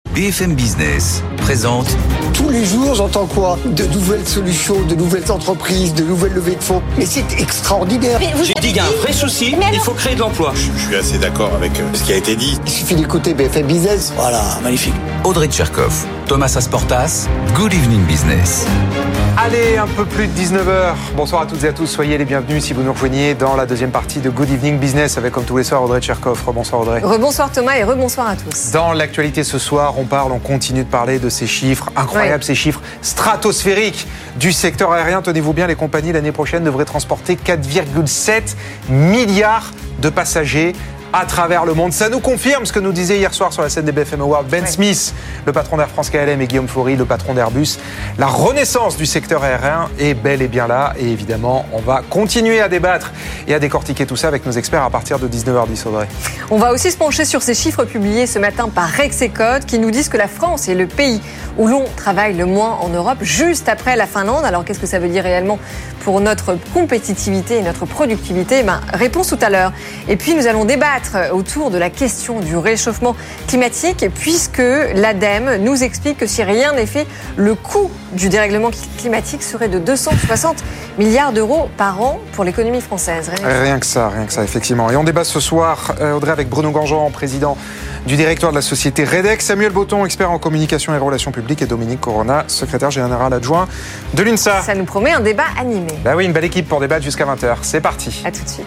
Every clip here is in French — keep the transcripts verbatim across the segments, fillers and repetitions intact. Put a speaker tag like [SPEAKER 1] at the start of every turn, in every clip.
[SPEAKER 1] B F M Business présente.
[SPEAKER 2] Tous les jours, j'entends quoi ? De nouvelles solutions, de nouvelles entreprises, de nouvelles levées de fonds. Mais c'est extraordinaire.
[SPEAKER 3] J'ai dit qu'il y a un vrai souci, il faut créer de l'emploi.
[SPEAKER 4] Je, je suis assez d'accord avec ce qui a été dit.
[SPEAKER 2] Il suffit d'écouter B F M Business. Voilà, magnifique.
[SPEAKER 1] Audrey Tcherkov, Thomas Asportas, Good Evening Business.
[SPEAKER 5] Allez, un peu plus de dix-neuf heures. Bonsoir à toutes et à tous, soyez les bienvenus si vous nous rejoignez dans la deuxième partie de Good Evening Business avec, comme tous les soirs, Audrey Tcherkov. Rebonsoir Audrey.
[SPEAKER 6] Rebonsoir Thomas et rebonsoir à tous.
[SPEAKER 5] Dans l'actualité ce soir, on parle, on continue de parler de ces chiffres incroyables, oui. Ces chiffres stratosphériques du secteur aérien. Tenez-vous bien, les compagnies l'année prochaine devraient transporter quatre virgule sept milliards de passagers à travers le monde. Ça nous confirme ce que nous disait hier soir sur la scène des B F M Awards Ben ouais. Smith, le patron d'Air France K L M, et Guillaume Faury, le patron d'Airbus. La renaissance du secteur aérien est bel et bien là. Et évidemment, on va continuer à débattre et à décortiquer tout ça avec nos experts à partir de dix-neuf heures dix, Audrey.
[SPEAKER 6] On va aussi se pencher sur ces chiffres publiés ce matin par Rexecode qui nous disent que la France est le pays où l'on travaille le moins en Europe, juste après la Finlande. Alors qu'est-ce que ça veut dire réellement pour notre compétitivité et notre productivité ? Ben, réponse tout à l'heure. Et puis nous allons débattre autour de la question du réchauffement climatique, puisque l'ADEME nous explique que si rien n'est fait, le coût du dérèglement climatique serait de deux cent soixante milliards d'euros par an pour l'économie française.
[SPEAKER 5] Rien, rien que ça, rien que ça, effectivement. Et on débat ce soir, Audrey, avec Bruno Grandjean, président du directoire de la société Redex, Samuel Botton, expert en communication et relations publiques, et Dominique Corona, secrétaire général adjoint de l'UNSA.
[SPEAKER 6] Ça nous promet un débat animé.
[SPEAKER 5] Bah oui, une belle équipe pour débattre jusqu'à vingt heures. C'est parti.
[SPEAKER 6] À tout de suite.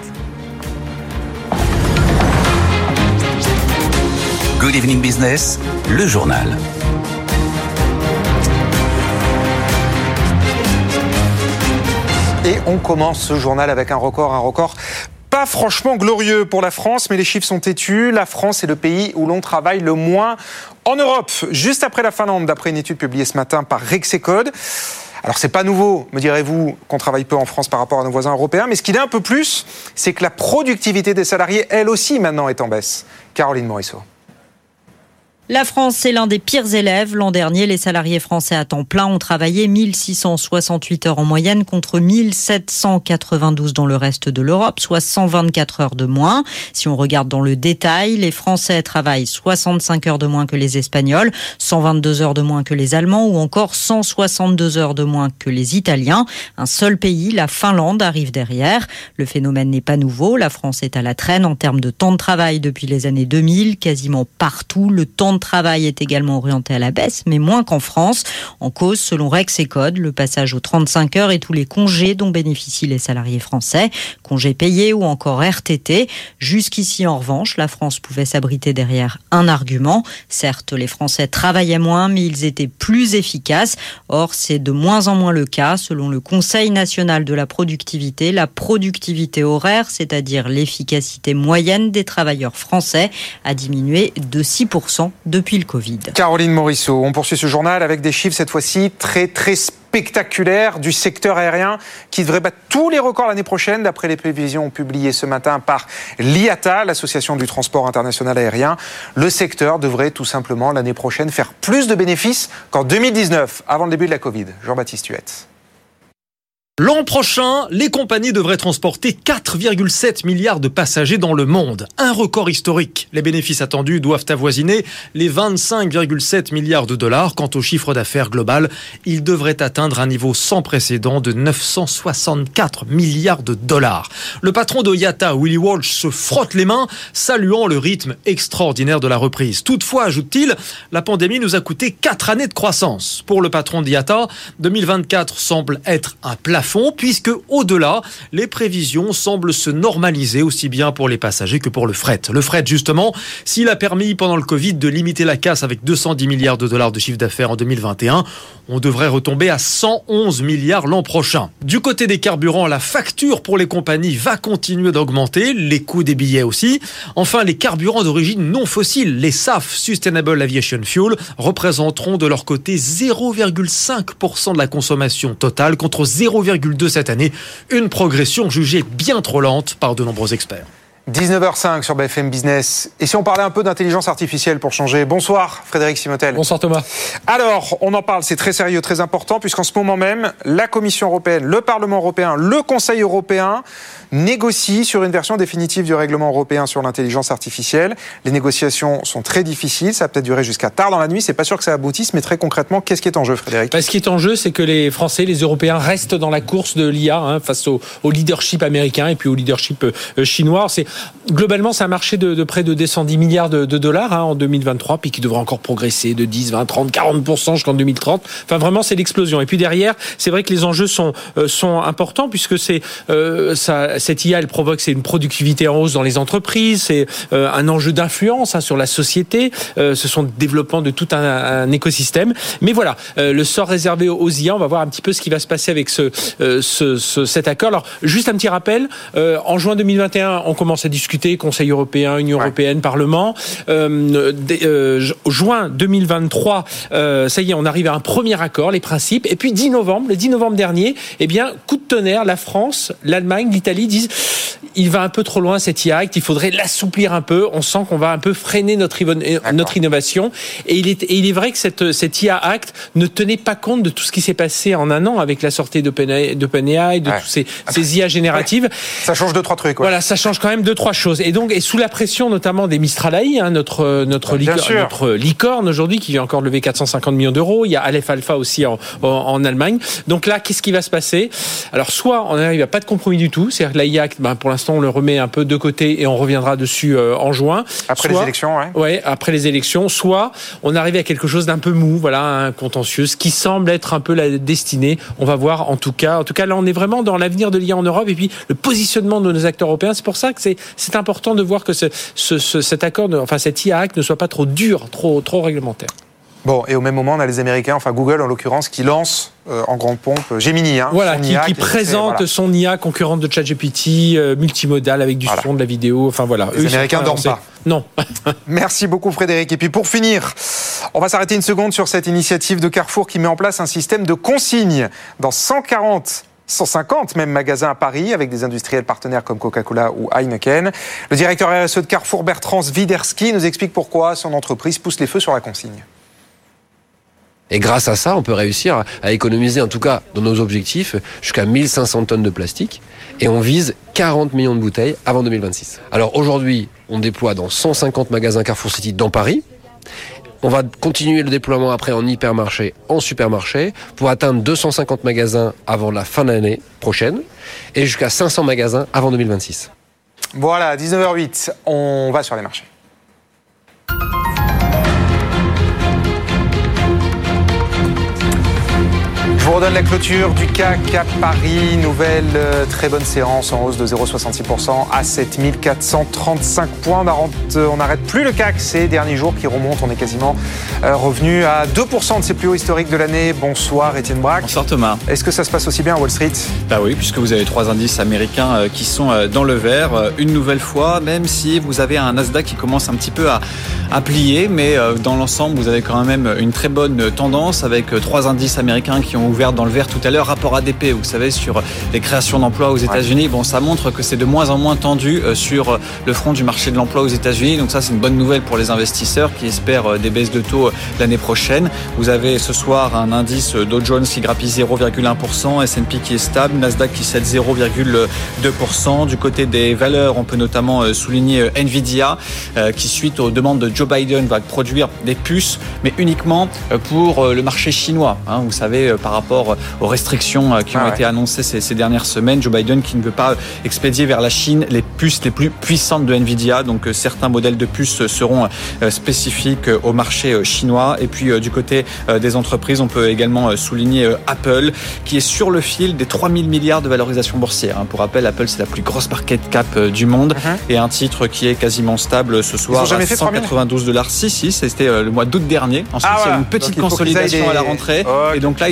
[SPEAKER 1] Good Evening Business, le journal.
[SPEAKER 5] Et on commence ce journal avec un record, un record pas franchement glorieux pour la France, mais les chiffres sont têtus. La France est le pays où l'on travaille le moins en Europe, juste après la Finlande, d'après une étude publiée ce matin par Rexecode. Alors, c'est pas nouveau, me direz-vous, qu'on travaille peu en France par rapport à nos voisins européens, mais ce qu'il est un peu plus, c'est que la productivité des salariés, elle aussi, maintenant, est en baisse. Caroline Morisseau.
[SPEAKER 7] La France est l'un des pires élèves. L'an dernier, les salariés français à temps plein ont travaillé mille six cent soixante-huit heures en moyenne contre mille sept cent quatre-vingt-douze dans le reste de l'Europe, soit cent vingt-quatre heures de moins. Si on regarde dans le détail, les Français travaillent soixante-cinq heures de moins que les Espagnols, cent vingt-deux heures de moins que les Allemands ou encore cent soixante-deux heures de moins que les Italiens. Un seul pays, la Finlande, arrive derrière. Le phénomène n'est pas nouveau. La France est à la traîne en termes de temps de travail depuis les années deux mille. Quasiment partout, le temps de travail est également orienté à la baisse, mais moins qu'en France. En cause, selon Rexecode, le passage aux trente-cinq heures et tous les congés dont bénéficient les salariés français, congés payés ou encore R T T. Jusqu'ici, en revanche, la France pouvait s'abriter derrière un argument. Certes, les Français travaillaient moins, mais ils étaient plus efficaces. Or, c'est de moins en moins le cas. Selon le Conseil national de la productivité, la productivité horaire, c'est-à-dire l'efficacité moyenne des travailleurs français, a diminué de six pour cent depuis le Covid.
[SPEAKER 5] Caroline Morisseau, on poursuit ce journal avec des chiffres cette fois-ci très très spectaculaires du secteur aérien qui devrait battre tous les records l'année prochaine d'après les prévisions publiées ce matin par l'I A T A, l'Association du transport international aérien. Le secteur devrait tout simplement l'année prochaine faire plus de bénéfices qu'en deux mille dix-neuf, avant le début de la Covid. Jean-Baptiste Huette.
[SPEAKER 8] L'an prochain, les compagnies devraient transporter quatre virgule sept milliards de passagers dans le monde. Un record historique. Les bénéfices attendus doivent avoisiner les vingt-cinq virgule sept milliards de dollars. Quant au chiffre d'affaires global, il devrait atteindre un niveau sans précédent de neuf cent soixante-quatre milliards de dollars. Le patron de I A T A, Willie Walsh, se frotte les mains, saluant le rythme extraordinaire de la reprise. Toutefois, ajoute-t-il, la pandémie nous a coûté quatre années de croissance. Pour le patron d'I A T A, deux mille vingt-quatre semble être un plafond, puisque au-delà, les prévisions semblent se normaliser aussi bien pour les passagers que pour le fret. Le fret, justement, s'il a permis pendant le Covid de limiter la casse avec deux cent dix milliards de dollars de chiffre d'affaires en deux mille vingt et un, on devrait retomber à cent onze milliards l'an prochain. Du côté des carburants, la facture pour les compagnies va continuer d'augmenter, les coûts des billets aussi. Enfin, les carburants d'origine non fossile, les S A F, Sustainable Aviation Fuel, représenteront de leur côté zéro virgule cinq pour cent de la consommation totale contre zéro virgule deux pour cent cette année, une progression jugée bien trop lente par de nombreux experts.
[SPEAKER 5] dix-neuf heures cinq sur B F M Business. Et si on parlait un peu d'intelligence artificielle pour changer? Bonsoir Frédéric Simotel.
[SPEAKER 8] Bonsoir Thomas.
[SPEAKER 5] Alors, on en parle, c'est très sérieux, très important, puisqu'en ce moment même, la Commission européenne, le Parlement européen, le Conseil européen négocient sur une version définitive du règlement européen sur l'intelligence artificielle. Les négociations sont très difficiles, ça va peut-être durer jusqu'à tard dans la nuit, c'est pas sûr que ça aboutisse, mais très concrètement, qu'est-ce qui est en jeu, Frédéric?
[SPEAKER 8] Bah, ce qui est en jeu, c'est que les Français, les Européens restent dans la course de l'I A hein, face au, au leadership américain et puis au leadership euh, chinois. C'est globalement, c'est un marché de, de près de deux cent dix milliards de, de dollars hein, en deux mille vingt-trois, puis qui devrait encore progresser de dix, vingt, trente, quarante pour cent jusqu'en deux mille trente. Enfin, vraiment, c'est l'explosion. Et puis derrière, c'est vrai que les enjeux sont euh, sont importants puisque c'est euh, ça, cette I A, elle provoque c'est une productivité en hausse dans les entreprises, c'est euh, un enjeu d'influence hein, sur la société. Euh, ce sont le développement de tout un, un écosystème. Mais voilà, euh, le sort réservé aux I A. On va voir un petit peu ce qui va se passer avec ce, euh, ce, ce cet accord. Alors, juste un petit rappel. Euh, en juin deux mille vingt et un, on commence à discuter Conseil européen, Union ouais. européenne, Parlement. Euh, euh, juin deux mille vingt-trois, euh, ça y est, on arrive à un premier accord, les principes. Et puis dix novembre, le dix novembre dernier, eh bien, coup de tonnerre, la France, l'Allemagne, l'Italie disent il va un peu trop loin cet I A Act, il faudrait l'assouplir un peu. On sent qu'on va un peu freiner notre, notre innovation. Et il est, et il est vrai que cette, cet I A Act ne tenait pas compte de tout ce qui s'est passé en un an avec la sortie d'OpenAI, d'OpenAI, de ouais. tous ces, ces I A génératives.
[SPEAKER 5] Ouais. Ça change deux, trois trucs. Ouais.
[SPEAKER 8] Voilà, ça change quand même deux, trois choses. Et donc, et sous la pression notamment des Mistral A I, hein, notre, notre, licorne, notre licorne aujourd'hui, qui vient encore lever quatre cent cinquante millions d'euros. Il y a Aleph Alpha aussi en, en, en Allemagne. Donc là, qu'est-ce qui va se passer? Alors, soit on n'arrive à pas de compromis du tout, c'est-à-dire que l'A I Act, ben, pour l'instant, on le remet un peu de côté et on reviendra dessus euh, en juin.
[SPEAKER 5] Après
[SPEAKER 8] soit,
[SPEAKER 5] les élections, ouais.
[SPEAKER 8] Ouais, après les élections. Soit on arrive à quelque chose d'un peu mou, voilà, un contentieux, ce qui semble être un peu la destinée. On va voir en tout cas. En tout cas, là, on est vraiment dans l'avenir de l'I A en Europe et puis le positionnement de nos acteurs européens. C'est pour ça que c'est, c'est important de voir que ce, ce, ce, cet accord, enfin cet I A Act ne soit pas trop dur, trop, trop réglementaire.
[SPEAKER 5] Bon, et au même moment, on a les Américains, enfin Google en l'occurrence, qui lance euh, en grande pompe Gemini. Hein,
[SPEAKER 8] voilà,
[SPEAKER 5] son
[SPEAKER 8] qui,
[SPEAKER 5] I A,
[SPEAKER 8] qui, qui présente voilà. son I A concurrente de ChatGPT, euh, multimodal avec du voilà. son, de la vidéo. Enfin voilà.
[SPEAKER 5] Les Eux, Américains ne dorment pas.
[SPEAKER 8] Non.
[SPEAKER 5] Merci beaucoup Frédéric. Et puis pour finir, on va s'arrêter une seconde sur cette initiative de Carrefour qui met en place un système de consigne dans cent quarante cent cinquante même magasins à Paris avec des industriels partenaires comme Coca-Cola ou Heineken. Le directeur R S E de Carrefour, Bertrand Swiderski, nous explique pourquoi son entreprise pousse les feux sur la consigne.
[SPEAKER 9] Et grâce à ça, on peut réussir à économiser, en tout cas dans nos objectifs, jusqu'à mille cinq cents tonnes de plastique. Et on vise quarante millions de bouteilles avant deux mille vingt-six. Alors aujourd'hui, on déploie dans cent cinquante magasins Carrefour City dans Paris. On va continuer le déploiement après en hypermarché, en supermarché, pour atteindre deux cent cinquante magasins avant la fin de l'année prochaine et jusqu'à cinq cents magasins avant deux mille vingt-six.
[SPEAKER 5] Voilà, dix-neuf heures huit, on va sur les marchés. Je vous redonne la clôture du C A C à Paris. Nouvelle euh, très bonne séance en hausse de zéro virgule soixante-six pour cent à sept mille quatre cent trente-cinq points. On n'arrête plus le C A C ces derniers jours qui remonte. On est quasiment euh, revenu à deux pour cent de ses plus hauts historiques de l'année. Bonsoir Étienne Braque.
[SPEAKER 10] Bonsoir Thomas.
[SPEAKER 5] Est-ce que ça se passe aussi bien à Wall Street?
[SPEAKER 10] Bah oui, puisque vous avez trois indices américains euh, qui sont euh, dans le vert euh, une nouvelle fois, même si vous avez un Nasdaq qui commence un petit peu à, à plier. Mais euh, dans l'ensemble, vous avez quand même une très bonne tendance avec euh, trois indices américains qui ont ouvert dans le vert tout à l'heure. Rapport A D P, vous savez, sur les créations d'emplois aux États-Unis. Bon, ça montre que c'est de moins en moins tendu sur le front du marché de l'emploi aux États-Unis. Donc ça, c'est une bonne nouvelle pour les investisseurs qui espèrent des baisses de taux l'année prochaine. Vous avez ce soir un indice Dow Jones qui grappille zéro virgule un pour cent, S and P qui est stable, Nasdaq qui cède zéro virgule deux pour cent. Du côté des valeurs, on peut notamment souligner Nvidia qui, suite aux demandes de Joe Biden, va produire des puces, mais uniquement pour le marché chinois. Vous savez, par rapport aux restrictions qui ont ah ouais. été annoncées ces, ces dernières semaines. Joe Biden qui ne veut pas expédier vers la Chine les puces les plus puissantes de Nvidia. Donc certains modèles de puces seront spécifiques au marché chinois. Et puis du côté des entreprises, on peut également souligner Apple qui est sur le fil des trois mille milliards de valorisation boursière. Pour rappel, Apple c'est la plus grosse market cap du monde uh-huh. et un titre qui est quasiment stable ce soir à cent quatre-vingt-douze dollars. Si, si, c'était le mois d'août dernier. Ensuite, ah, voilà. il y a eu une petite consolidation des... à la rentrée. Oh, okay. Et donc là, il se rapproche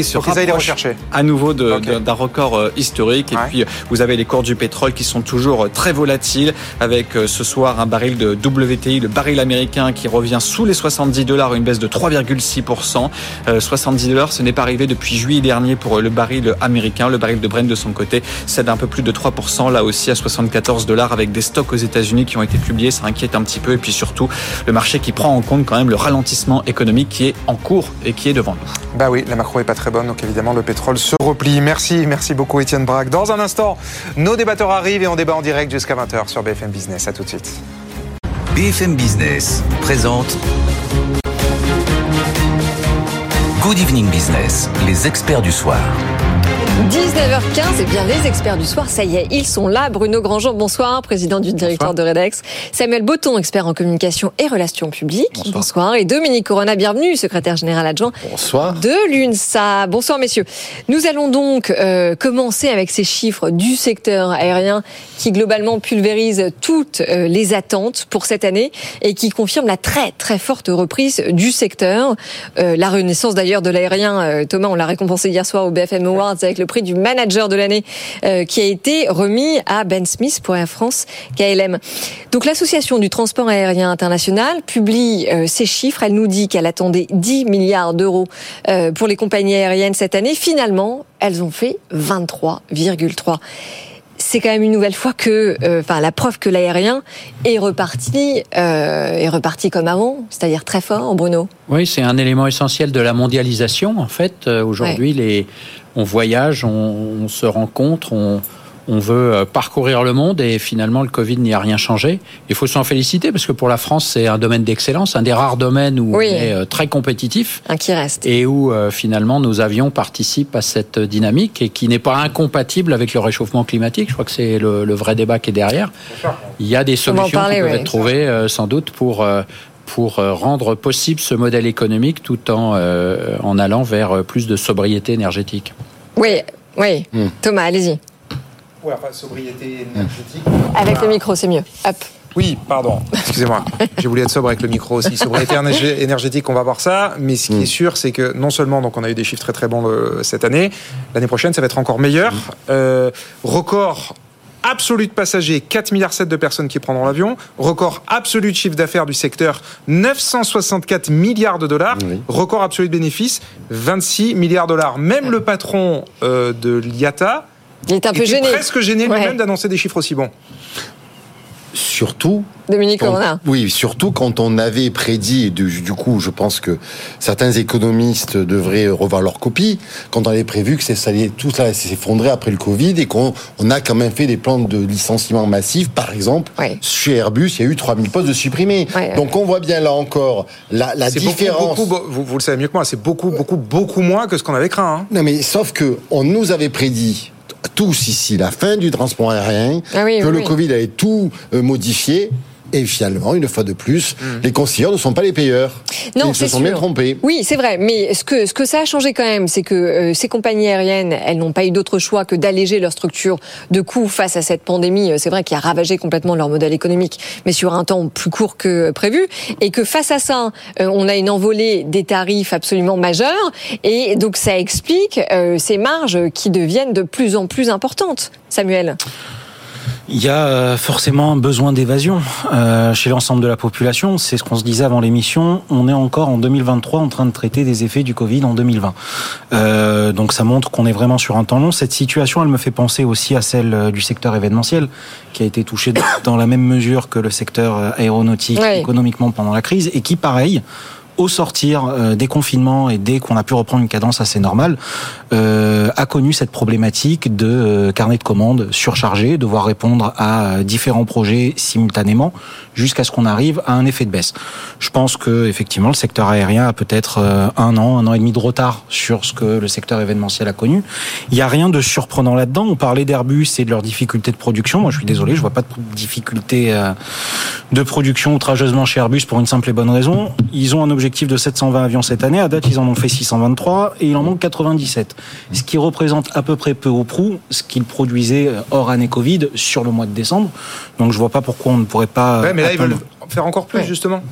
[SPEAKER 10] rapproche à nouveau de, okay. de, d'un record euh, historique. Et
[SPEAKER 5] ouais.
[SPEAKER 10] puis, vous avez les cours du pétrole qui sont toujours euh, très volatiles, avec euh, ce soir un baril de W T I, le baril américain qui revient sous les soixante-dix dollars, une baisse de trois virgule six pour cent. Euh, soixante-dix dollars, ce n'est pas arrivé depuis juillet dernier pour euh, le baril américain. Le baril de Brent de son côté cède un peu plus de trois pour cent, là aussi à soixante-quatorze dollars, avec des stocks aux États-Unis qui ont été publiés. Ça inquiète un petit peu. Et puis surtout, le marché qui prend en compte quand même le ralentissement économique qui est en cours et qui est devant nous.
[SPEAKER 5] Bah oui, la macro est pas très bonne, donc évidemment le pétrole se replie. Merci, merci beaucoup Étienne Braque. Dans un instant, nos débatteurs arrivent et on débat en direct jusqu'à vingt heures sur B F M Business. À tout de suite.
[SPEAKER 1] B F M Business présente Good Evening Business, les experts du soir.
[SPEAKER 6] dix-neuf heures quinze, et bien les experts du soir, ça y est, ils sont là. Bruno Grandjean, bonsoir, président du directoire de Redex. Samuel Botton, expert en communication et relations publiques. Bonsoir. bonsoir. Et Dominique Corona, bienvenue, secrétaire général adjoint bonsoir. de l'UNSA. Bonsoir messieurs. Nous allons donc euh, commencer avec ces chiffres du secteur aérien qui globalement pulvérisent toutes euh, les attentes pour cette année et qui confirment la très très forte reprise du secteur. Euh, la renaissance d'ailleurs de l'aérien, euh, Thomas, on l'a récompensé hier soir au B F M Awards avec le prix du manager de l'année euh, qui a été remis à Ben Smith pour Air France K L M. Donc l'association du transport aérien international publie euh, ces chiffres. Elle nous dit qu'elle attendait dix milliards d'euros euh, pour les compagnies aériennes cette année. Finalement, elles ont fait vingt-trois virgule trois. C'est quand même une nouvelle fois que, enfin, euh, la preuve que l'aérien est reparti, euh, est reparti comme avant, c'est-à-dire très fort, Bruno.
[SPEAKER 11] Oui, c'est un élément essentiel de la mondialisation. En fait, euh, aujourd'hui, ouais. les, on voyage, on, on se rencontre, on, on veut parcourir le monde et finalement, le Covid n'y a rien changé. Il faut s'en féliciter parce que pour la France, c'est un domaine d'excellence, un des rares domaines où oui. on est très compétitif.
[SPEAKER 6] Un qui reste.
[SPEAKER 11] Et où euh, finalement, nos avions participent à cette dynamique et qui n'est pas incompatible avec le réchauffement climatique. Je crois que c'est le, le vrai débat qui est derrière. Il y a des solutions parler, qui peuvent ouais. être trouvées euh, sans doute pour... Euh, pour rendre possible ce modèle économique tout en, euh, en allant vers plus de sobriété énergétique.
[SPEAKER 6] Oui, oui. Mmh. Thomas, allez-y.
[SPEAKER 5] Oui, enfin, sobriété énergétique.
[SPEAKER 6] Avec voilà. le micro, c'est mieux. Hop.
[SPEAKER 5] Oui, pardon, excusez-moi. J'ai voulu être sobre avec le micro aussi. Sobriété énergétique, on va voir ça. Mais ce qui mmh. est sûr, c'est que non seulement donc on a eu des chiffres très très bons le, cette année, l'année prochaine, ça va être encore meilleur. Mmh. Euh, record absolu de passagers, quatre virgule sept milliards de personnes qui prendront l'avion. Record absolu de chiffre d'affaires du secteur, neuf cent soixante-quatre milliards de dollars. Oui. Record absolu de bénéfices, vingt-six milliards de dollars. Même le patron euh, de l'I A T A
[SPEAKER 6] il est un peu gêné.
[SPEAKER 5] presque gêné ouais. lui-même d'annoncer des chiffres aussi bons.
[SPEAKER 12] Surtout,
[SPEAKER 6] Dominique
[SPEAKER 12] quand,
[SPEAKER 6] Corona.
[SPEAKER 12] Oui, surtout quand on avait prédit, et du, du coup, je pense que certains économistes devraient revoir leur copie, quand on avait prévu que ça allait, tout ça allait s'effondrer après le Covid et qu'on on a quand même fait des plans de licenciement massifs. Par exemple, ouais. chez Airbus, il y a eu trois mille postes de supprimés. Ouais, Donc on voit bien là encore la, la c'est différence.
[SPEAKER 5] Beaucoup, beaucoup, vous, vous le savez mieux que moi, c'est beaucoup, beaucoup, beaucoup moins que ce qu'on avait craint. Hein.
[SPEAKER 12] Non, mais sauf que on nous avait prédit tous ici la fin du transport aérien,
[SPEAKER 6] ah oui,
[SPEAKER 12] que
[SPEAKER 6] oui,
[SPEAKER 12] le
[SPEAKER 6] oui.
[SPEAKER 12] Covid allait tout euh, modifier. Et finalement, une fois de plus, mmh. les conseillers ne sont pas les payeurs.
[SPEAKER 6] Non,
[SPEAKER 12] Ils se sont
[SPEAKER 6] sûr.
[SPEAKER 12] bien trompés.
[SPEAKER 6] Oui, c'est vrai. Mais ce que, ce que ça a changé quand même, c'est que euh, ces compagnies aériennes, elles n'ont pas eu d'autre choix que d'alléger leur structure de coûts face à cette pandémie. C'est vrai qui a ravagé complètement leur modèle économique, mais sur un temps plus court que prévu. Et que face à ça, euh, on a une envolée des tarifs absolument majeure. Et donc, ça explique euh, ces marges qui deviennent de plus en plus importantes. Samuel ?
[SPEAKER 13] Il y a forcément un besoin d'évasion euh, chez l'ensemble de la population. C'est ce qu'on se disait avant l'émission. On est encore en deux mille vingt-trois en train de traiter des effets du Covid en deux mille vingt. Euh, donc ça montre qu'on est vraiment sur un temps long. Cette situation, elle me fait penser aussi à celle du secteur événementiel qui a été touché dans la même mesure que le secteur aéronautique oui. économiquement pendant la crise et qui, pareil, au sortir euh, des confinements et dès qu'on a pu reprendre une cadence assez normale, euh, a connu cette problématique de euh, carnet de commandes surchargé, devoir répondre à euh, différents projets simultanément, jusqu'à ce qu'on arrive à un effet de baisse. Je pense que effectivement le secteur aérien a peut-être euh, un an, un an et demi de retard sur ce que le secteur événementiel a connu. Il n'y a rien de surprenant là-dedans. On parlait d'Airbus et de leurs difficultés de production. Moi, je suis désolé, je vois pas de difficultés euh, de production outrageusement chez Airbus pour une simple et bonne raison. Ils ont un objectif de sept cent vingt avions cette année. À date, ils en ont fait six cent vingt-trois et il en manque quatre-vingt-dix-sept. Ce qui représente à peu près peu ou prou ce qu'ils produisaient hors année Covid sur le mois de décembre. Donc, je vois pas pourquoi on ne pourrait pas...
[SPEAKER 5] Ouais, mais là, ils veulent faire encore plus, ouais. justement.
[SPEAKER 12] Oui.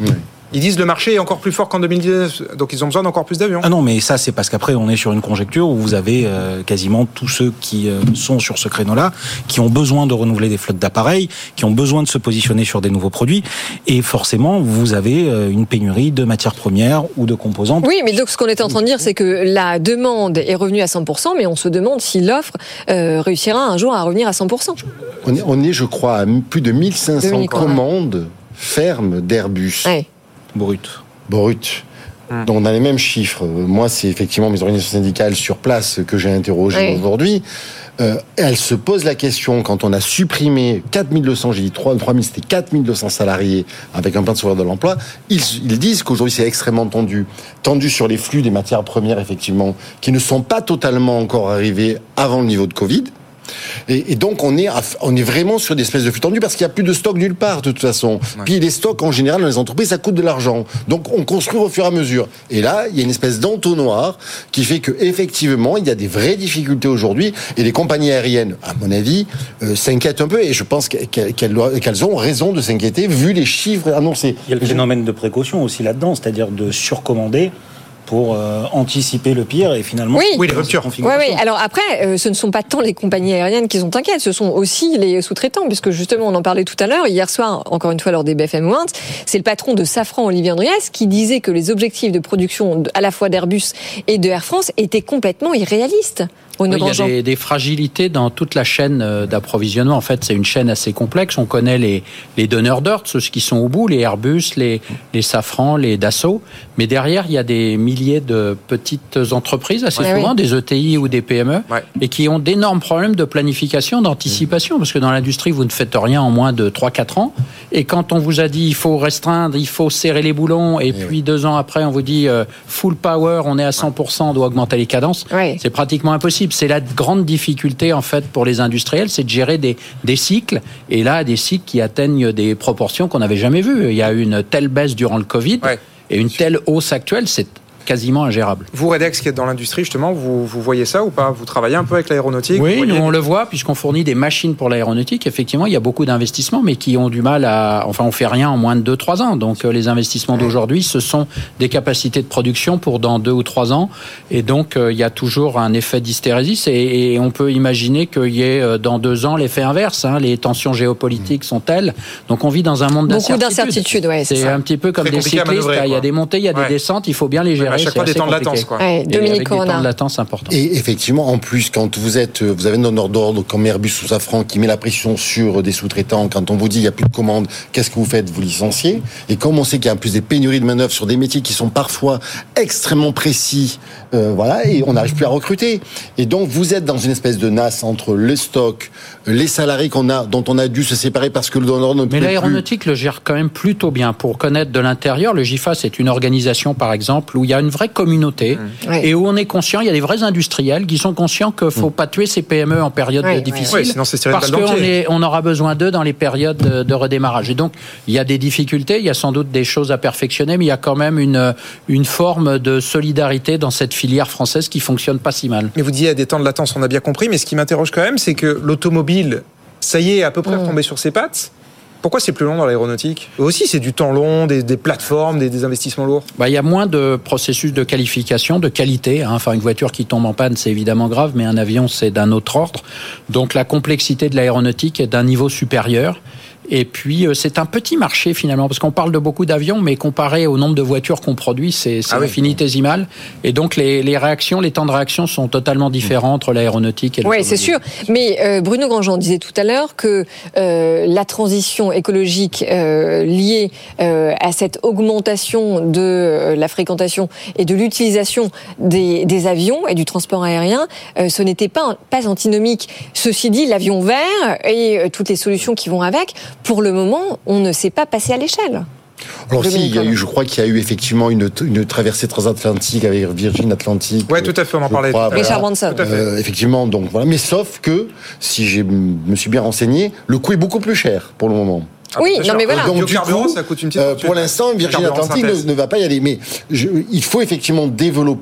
[SPEAKER 5] Ils disent le marché est encore plus fort qu'en deux mille dix-neuf, donc ils ont besoin d'encore plus d'avions.
[SPEAKER 13] Ah non, mais ça c'est parce qu'après on est sur une conjecture où vous avez euh, quasiment tous ceux qui euh, sont sur ce créneau-là, qui ont besoin de renouveler des flottes d'appareils, qui ont besoin de se positionner sur des nouveaux produits, et forcément vous avez euh, une pénurie de matières premières ou de composantes.
[SPEAKER 6] Oui, mais donc ce qu'on était en train de dire, c'est que la demande est revenue à cent pour cent, mais on se demande si l'offre euh, réussira un jour à revenir à cent pour cent.
[SPEAKER 12] On est, on est je crois, à plus de mille cinq cents commandes fermes d'Airbus.
[SPEAKER 6] Ouais.
[SPEAKER 12] Brut. Brut. Hum. Donc on a les mêmes chiffres. Moi, c'est effectivement mes organisations syndicales sur place que j'ai interrogées oui. aujourd'hui. Euh, elles se posent la question, quand on a supprimé quatre mille deux cents, j'ai dit trois mille, c'était quatre mille deux cents salariés avec un plan de sauvegarde de l'emploi, ils, ils disent qu'aujourd'hui c'est extrêmement tendu. Tendu sur les flux des matières premières, effectivement, qui ne sont pas totalement encore arrivés avant le niveau de Covid. Et, et donc on est, à, on est vraiment sur des espèces de flux tendus parce qu'il n'y a plus de stock nulle part de toute façon. Ouais. Puis les stocks en général dans les entreprises ça coûte de l'argent. Donc on construit au fur et à mesure. Et là il y a une espèce d'entonnoir qui fait que effectivement il y a des vraies difficultés aujourd'hui et les compagnies aériennes, à mon avis, euh, s'inquiètent un peu et je pense qu'elles, qu'elles ont raison de s'inquiéter vu les chiffres annoncés.
[SPEAKER 13] Il y a le phénomène de précaution aussi là-dedans, c'est-à-dire de surcommander pour euh, anticiper le pire et finalement...
[SPEAKER 6] Oui,
[SPEAKER 5] oui les ruptures.
[SPEAKER 6] Oui, oui. Alors après, euh, ce ne sont pas tant les compagnies aériennes qui sont inquiètes, ce sont aussi les sous-traitants, puisque justement, on en parlait tout à l'heure, hier soir, encore une fois, lors des B F M Awards, c'est le patron de Safran, Olivier Andriès, qui disait que les objectifs de production à la fois d'Airbus et de Air France étaient complètement irréalistes.
[SPEAKER 11] Oui, il y a des, des fragilités dans toute la chaîne d'approvisionnement. En fait, c'est une chaîne assez complexe. On connaît les, les donneurs d'ordre, ceux qui sont au bout, les Airbus, les, les Safran, les Dassault. Mais derrière, il y a des milliers de petites entreprises, assez ouais, souvent, oui. des E T I ou des P M E, ouais. et qui ont d'énormes problèmes de planification, d'anticipation. Parce que dans l'industrie, vous ne faites rien en moins de trois à quatre ans. Et quand on vous a dit il faut restreindre, il faut serrer les boulons, et, et puis oui. deux ans après, on vous dit euh, full power, on est à cent pour cent, on doit augmenter les cadences, oui. c'est pratiquement impossible. C'est la grande difficulté en fait pour les industriels, c'est de gérer des, des cycles, et là des cycles qui atteignent des proportions qu'on n'avait jamais vues. Il y a eu une telle baisse durant le Covid ouais. et une telle hausse actuelle, c'est quasiment ingérable.
[SPEAKER 5] Vous, Redex, qui êtes dans l'industrie, justement, vous, vous voyez ça ou pas? Vous travaillez un peu avec l'aéronautique?
[SPEAKER 11] Oui, nous on le voit, puisqu'on fournit des machines pour l'aéronautique. Effectivement, il y a beaucoup d'investissements, mais qui ont du mal à... Enfin, on fait rien en moins de deux à trois ans. Donc, les investissements d'aujourd'hui, ce sont des capacités de production pour dans deux ou trois ans. Et donc, il y a toujours un effet d'hystérésis. Et, et on peut imaginer qu'il y ait dans deux ans l'effet inverse. Hein. Les tensions géopolitiques sont telles. Donc, on vit dans un monde d'incertitude.
[SPEAKER 6] Beaucoup d'incertitudes, ouais, c'est,
[SPEAKER 11] c'est
[SPEAKER 6] ça.
[SPEAKER 11] un petit peu comme
[SPEAKER 5] Très
[SPEAKER 11] des cyclistes. Il y a des montées, il y a des ouais. descentes. Il faut bien les gérer.
[SPEAKER 5] À chaque fois des temps de latence, quoi.
[SPEAKER 6] Ouais, Dominique Corona.
[SPEAKER 11] Des temps de latence importants.
[SPEAKER 12] Et effectivement, en plus, quand vous êtes, vous avez un donneur d'ordre comme Airbus ou Safran qui met la pression sur des sous-traitants, quand on vous dit il n'y a plus de commandes, qu'est-ce que vous faites? Vous licenciez. Et comme on sait qu'il y a en plus des pénuries de manœuvres sur des métiers qui sont parfois extrêmement précis, euh, voilà, et on n'arrive plus à recruter. Et donc, vous êtes dans une espèce de nasse entre les stocks, les salariés qu'on a, dont on a dû se séparer parce que le donneur d'ordre ne peut plus.
[SPEAKER 11] Mais l'aéronautique le gère quand même plutôt bien. Pour connaître de l'intérieur, le G I F A, c'est une organisation, par exemple, où il y a une vraie communauté mmh. et où on est conscient, il y a des vrais industriels qui sont conscients qu'il ne faut mmh. pas tuer ces P M E en période oui, difficile,
[SPEAKER 5] oui, sinon c'est
[SPEAKER 11] parce qu'on est, on aura besoin d'eux dans les périodes de, de redémarrage. Et donc, il y a des difficultés, il y a sans doute des choses à perfectionner, mais il y a quand même une, une forme de solidarité dans cette filière française qui fonctionne pas si mal.
[SPEAKER 5] Mais vous disiez, il y a des temps de latence, on a bien compris, mais ce qui m'interroge quand même, c'est que l'automobile, ça y est, à peu près mmh. retombé sur ses pattes. Pourquoi c'est plus long dans l'aéronautique? Aussi, c'est du temps long, des, des plateformes, des, des investissements lourds.
[SPEAKER 11] Bah, il y a moins de processus de qualification, de qualité. Hein. Enfin, une voiture qui tombe en panne, c'est évidemment grave, mais un avion, c'est d'un autre ordre. Donc, la complexité de l'aéronautique est d'un niveau supérieur. Et puis, c'est un petit marché finalement, parce qu'on parle de beaucoup d'avions, mais comparé au nombre de voitures qu'on produit, c'est, c'est ah oui. infinitésimal. Et donc, les, les réactions, les temps de réaction sont totalement différents entre l'aéronautique et l'automobile.
[SPEAKER 6] Oui, c'est sûr. Mais euh, Bruno Grandjean disait tout à l'heure que euh, la transition écologique euh, liée euh, à cette augmentation de euh, la fréquentation et de l'utilisation des, des avions et du transport aérien, euh, ce n'était pas, pas antinomique. Ceci dit, l'avion vert et euh, toutes les solutions qui vont avec, pour le moment, on ne s'est pas passé à l'échelle.
[SPEAKER 12] Alors si, il y a eu, je crois qu'il y a eu effectivement une, une traversée transatlantique avec Virgin Atlantic.
[SPEAKER 5] Oui, tout à fait, on en parlait.
[SPEAKER 6] Crois, Richard
[SPEAKER 12] voilà.
[SPEAKER 6] Branson.
[SPEAKER 12] Euh, effectivement, donc voilà. Mais sauf que, si je me suis bien renseigné, le coût est beaucoup plus cher pour le moment.
[SPEAKER 6] Ah, oui, non mais voilà.
[SPEAKER 12] Donc, du coup, ça coûte une petite euh, pour l'instant, Virgin Atlantic ne, ne va pas y aller. Mais je, il faut effectivement développer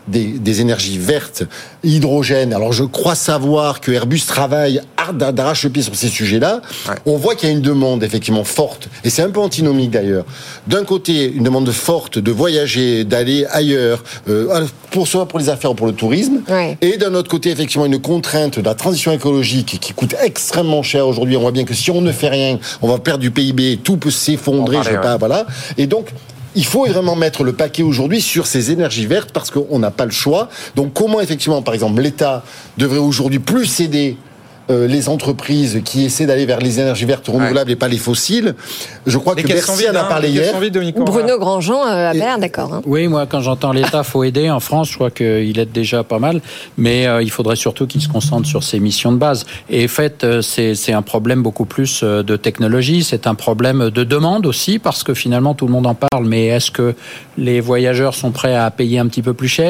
[SPEAKER 12] des, des énergies vertes, hydrogène. Alors je crois savoir que Airbus travaille d'arrache-pied sur ces sujets-là. Ouais. On voit qu'il y a une demande effectivement forte, et c'est un peu antinomique d'ailleurs. D'un côté, une demande forte de voyager, d'aller ailleurs, euh, pour soit pour les affaires ou pour le tourisme, ouais. Et d'un autre côté, effectivement, une contrainte de la transition écologique qui coûte extrêmement cher aujourd'hui. On voit bien que si on ne fait rien, on va perdre du P I B, tout peut s'effondrer, je sais pas, ouais. Voilà. Et donc, il faut vraiment mettre le paquet aujourd'hui sur ces énergies vertes parce qu'on n'a pas le choix. Donc, comment effectivement, par exemple, l'État devrait aujourd'hui plus céder Euh, les entreprises qui essaient d'aller vers les énergies vertes renouvelables, ouais. Et pas les fossiles. Je crois les que Bercy en a parlé hier.
[SPEAKER 6] Bruno Grandjean euh, avait l'air d'accord. Hein.
[SPEAKER 11] Oui, moi, quand j'entends l'État, faut aider. En France, je crois qu'il aide déjà pas mal, mais euh, il faudrait surtout qu'il se concentre sur ses missions de base. Et en fait, euh, c'est, c'est un problème beaucoup plus euh, de technologie. C'est un problème de demande aussi, parce que finalement, tout le monde en parle. Mais est-ce que les voyageurs sont prêts à payer un petit peu plus cher ?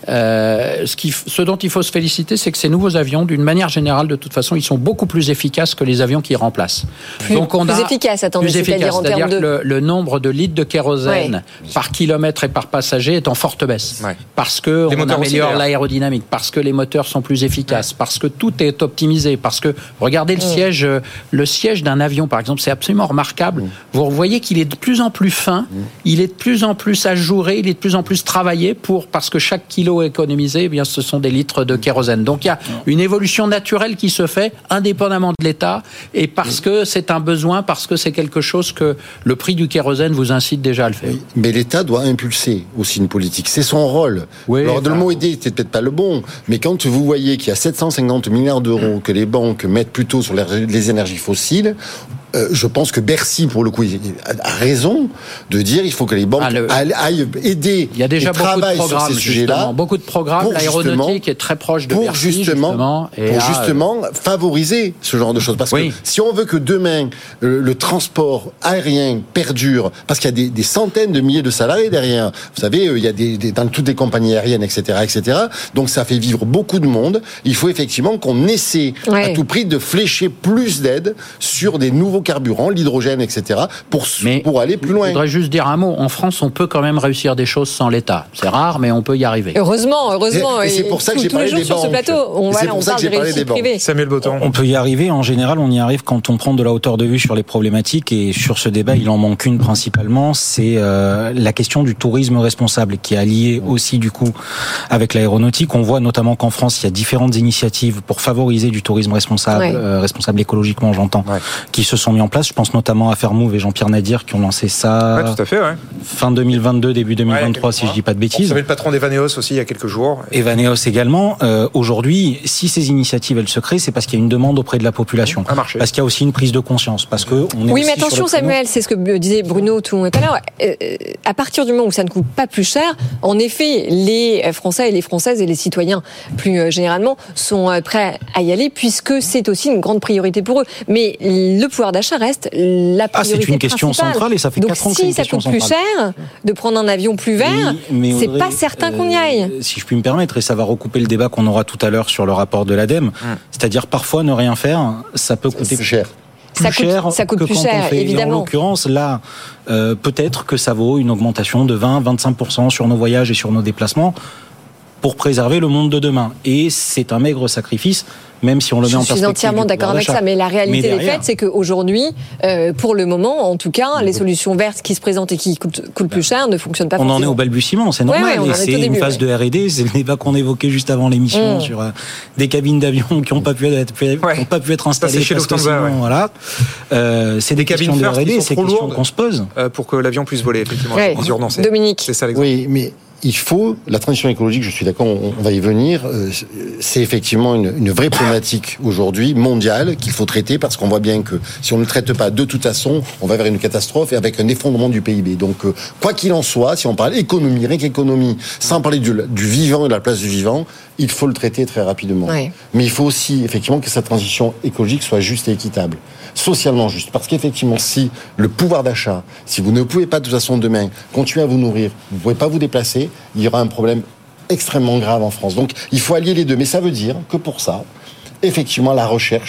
[SPEAKER 11] euh, ce, qui, ce dont il faut se féliciter, c'est que ces nouveaux avions, d'une manière générale, de toute façon, ils sont beaucoup plus efficaces que les avions qui remplacent.
[SPEAKER 6] Plus, Donc on plus a efficace, attendez,
[SPEAKER 11] plus efficace,
[SPEAKER 6] c'est-à-dire en
[SPEAKER 11] c'est-à-dire
[SPEAKER 6] termes de...
[SPEAKER 11] que le, le nombre de litres de kérosène ouais. par kilomètre et par passager est en forte baisse. Ouais. Parce que les on améliore aussi, l'aérodynamique, parce que les moteurs sont plus efficaces, ouais. Parce que tout est optimisé, parce que regardez le ouais. siège, le siège d'un avion, par exemple, c'est absolument remarquable. Ouais. Vous voyez qu'il est de plus en plus fin, ouais. Il est de plus en plus ajouré, il est de plus en plus travaillé pour parce que chaque kilo économisé, eh bien, ce sont des litres de kérosène. Donc il y a une évolution naturelle qui se fait indépendamment de l'État et parce que c'est un besoin, parce que c'est quelque chose que le prix du kérosène vous incite déjà à le faire. Oui,
[SPEAKER 12] mais l'État doit impulser aussi une politique. C'est son rôle. Oui, Alors, enfin... le mot aider, c'est peut-être pas le bon, mais quand vous voyez qu'il y a sept cent cinquante milliards d'euros que les banques mettent plutôt sur les énergies fossiles, Euh, je pense que Bercy, pour le coup, a raison de dire il faut que les banques ah, le... aillent aider.
[SPEAKER 11] Il y a déjà
[SPEAKER 12] et
[SPEAKER 11] beaucoup de
[SPEAKER 12] programmes sur ces sujets-là.
[SPEAKER 11] Beaucoup de programmes. L'aéronautique est très proche de
[SPEAKER 12] pour
[SPEAKER 11] Bercy,
[SPEAKER 12] justement,
[SPEAKER 11] justement. Et
[SPEAKER 12] pour
[SPEAKER 11] là,
[SPEAKER 12] justement euh... favoriser ce genre de choses. Parce oui. que si on veut que demain, le, le transport aérien perdure, parce qu'il y a des, des centaines de milliers de salariés derrière. Vous savez, il y a des, des, dans toutes les compagnies aériennes, et cetera, et cetera. Donc ça fait vivre beaucoup de monde. Il faut effectivement qu'on essaie ouais. à tout prix de flécher plus d'aide sur des nouveaux carburant, l'hydrogène, et cetera, pour, pour aller plus loin.
[SPEAKER 11] Je voudrais juste dire un mot. En France, on peut quand même réussir des choses sans l'État. C'est rare, mais on peut y arriver.
[SPEAKER 6] Heureusement, heureusement.
[SPEAKER 12] Et, et c'est pour ça que j'ai parlé des banques.
[SPEAKER 6] Sur ce plateau, on, voilà, on parle de réussite privée.
[SPEAKER 5] Samuel Botton.
[SPEAKER 13] On peut y arriver. En général, on y arrive quand on prend de la hauteur de vue sur les problématiques. Et sur ce débat, il en manque une principalement. C'est euh, la question du tourisme responsable, qui est alliée aussi, du coup, avec l'aéronautique. On voit notamment qu'en France, il y a différentes initiatives pour favoriser du tourisme responsable, ouais. euh, responsable écologiquement, j'entends, ouais. qui se sont mis en place. Je pense notamment à Fairmove et Jean-Pierre Nadir qui ont lancé ça
[SPEAKER 5] ouais, tout à fait, ouais.
[SPEAKER 13] fin deux mille vingt-deux, début deux mille vingt-trois, ouais, si je dis pas de bêtises.
[SPEAKER 5] Vous savez le patron d'Evaneos aussi il y a quelques jours.
[SPEAKER 13] Evaneos également. Euh, aujourd'hui, si ces initiatives elles se créent, c'est parce qu'il y a une demande auprès de la population.
[SPEAKER 5] Un marché.
[SPEAKER 13] Parce qu'il y a aussi une prise de conscience. Parce que on est
[SPEAKER 6] oui, mais attention Samuel, c'est ce que disait Bruno tout à l'heure. Euh, à partir du moment où ça ne coûte pas plus cher, en effet, les Français et les Françaises et les citoyens plus généralement sont prêts à y aller puisque c'est aussi une grande priorité pour eux. Mais le pouvoir d'achat reste la priorité
[SPEAKER 13] ah, c'est une question
[SPEAKER 6] principale.
[SPEAKER 13] Centrale et ça fait
[SPEAKER 6] Donc
[SPEAKER 13] quatre ans que
[SPEAKER 6] si
[SPEAKER 13] c'est une
[SPEAKER 6] ça
[SPEAKER 13] question
[SPEAKER 6] coûte plus
[SPEAKER 13] centrale.
[SPEAKER 6] cher de prendre un avion plus vert, mais, mais c'est Audrey, pas certain qu'on y aille.
[SPEAKER 13] Euh, si je puis me permettre, et ça va recouper le débat qu'on aura tout à l'heure sur le rapport de l'ADEME, hum. c'est-à-dire parfois ne rien faire, ça peut coûter
[SPEAKER 12] plus cher.
[SPEAKER 13] Plus
[SPEAKER 6] ça coûte,
[SPEAKER 13] cher
[SPEAKER 6] ça coûte
[SPEAKER 13] que
[SPEAKER 6] plus
[SPEAKER 13] quand
[SPEAKER 6] cher,
[SPEAKER 13] on fait.
[SPEAKER 6] évidemment.
[SPEAKER 13] Et en l'occurrence, là, euh, peut-être que ça vaut une augmentation de vingt à vingt-cinq pour cent sur nos voyages et sur nos déplacements pour préserver le monde de demain. Et c'est un maigre sacrifice, même si on le met
[SPEAKER 6] je
[SPEAKER 13] en perspective.
[SPEAKER 6] Je suis entièrement d'accord avec ça, mais la réalité mais des faits, c'est qu'aujourd'hui, euh, pour le moment, en tout cas, les solutions vertes qui se présentent et qui coûtent, coûtent plus cher ne fonctionnent pas
[SPEAKER 13] on
[SPEAKER 6] forcément.
[SPEAKER 13] On en est au balbutiement, c'est normal. Ouais, ouais, et c'est une début, phase ouais. de R et D, c'est le débat qu'on évoquait juste avant l'émission mmh. sur euh, des cabines d'avion qui n'ont pas pu être, ouais. pas pu être installées.
[SPEAKER 5] Chez
[SPEAKER 13] parce que sinon,
[SPEAKER 5] ouais.
[SPEAKER 13] voilà. Euh, c'est des, des cabines de R et D, c'est des questions qu'on se pose.
[SPEAKER 5] Euh, pour que l'avion puisse voler, effectivement.
[SPEAKER 6] Ouais. Dominique.
[SPEAKER 5] C'est ça l'exemple.
[SPEAKER 12] Oui, mais il faut, la transition écologique, je suis d'accord, on, on va y venir, euh, c'est effectivement une, une vraie problématique aujourd'hui mondiale qu'il faut traiter parce qu'on voit bien que si on ne le traite pas de toute façon, on va vers une catastrophe et avec un effondrement du P I B. Donc, euh, quoi qu'il en soit, si on parle économie, rien qu'économie, sans parler du, du vivant et de la place du vivant, il faut le traiter très rapidement. Oui. Mais il faut aussi, effectivement, que cette transition écologique soit juste et équitable. Socialement juste. Parce qu'effectivement, si le pouvoir d'achat, si vous ne pouvez pas de toute façon demain continuer à vous nourrir, vous ne pouvez pas vous déplacer, il y aura un problème extrêmement grave en France. Donc, il faut allier les deux. Mais ça veut dire que pour ça, effectivement, la recherche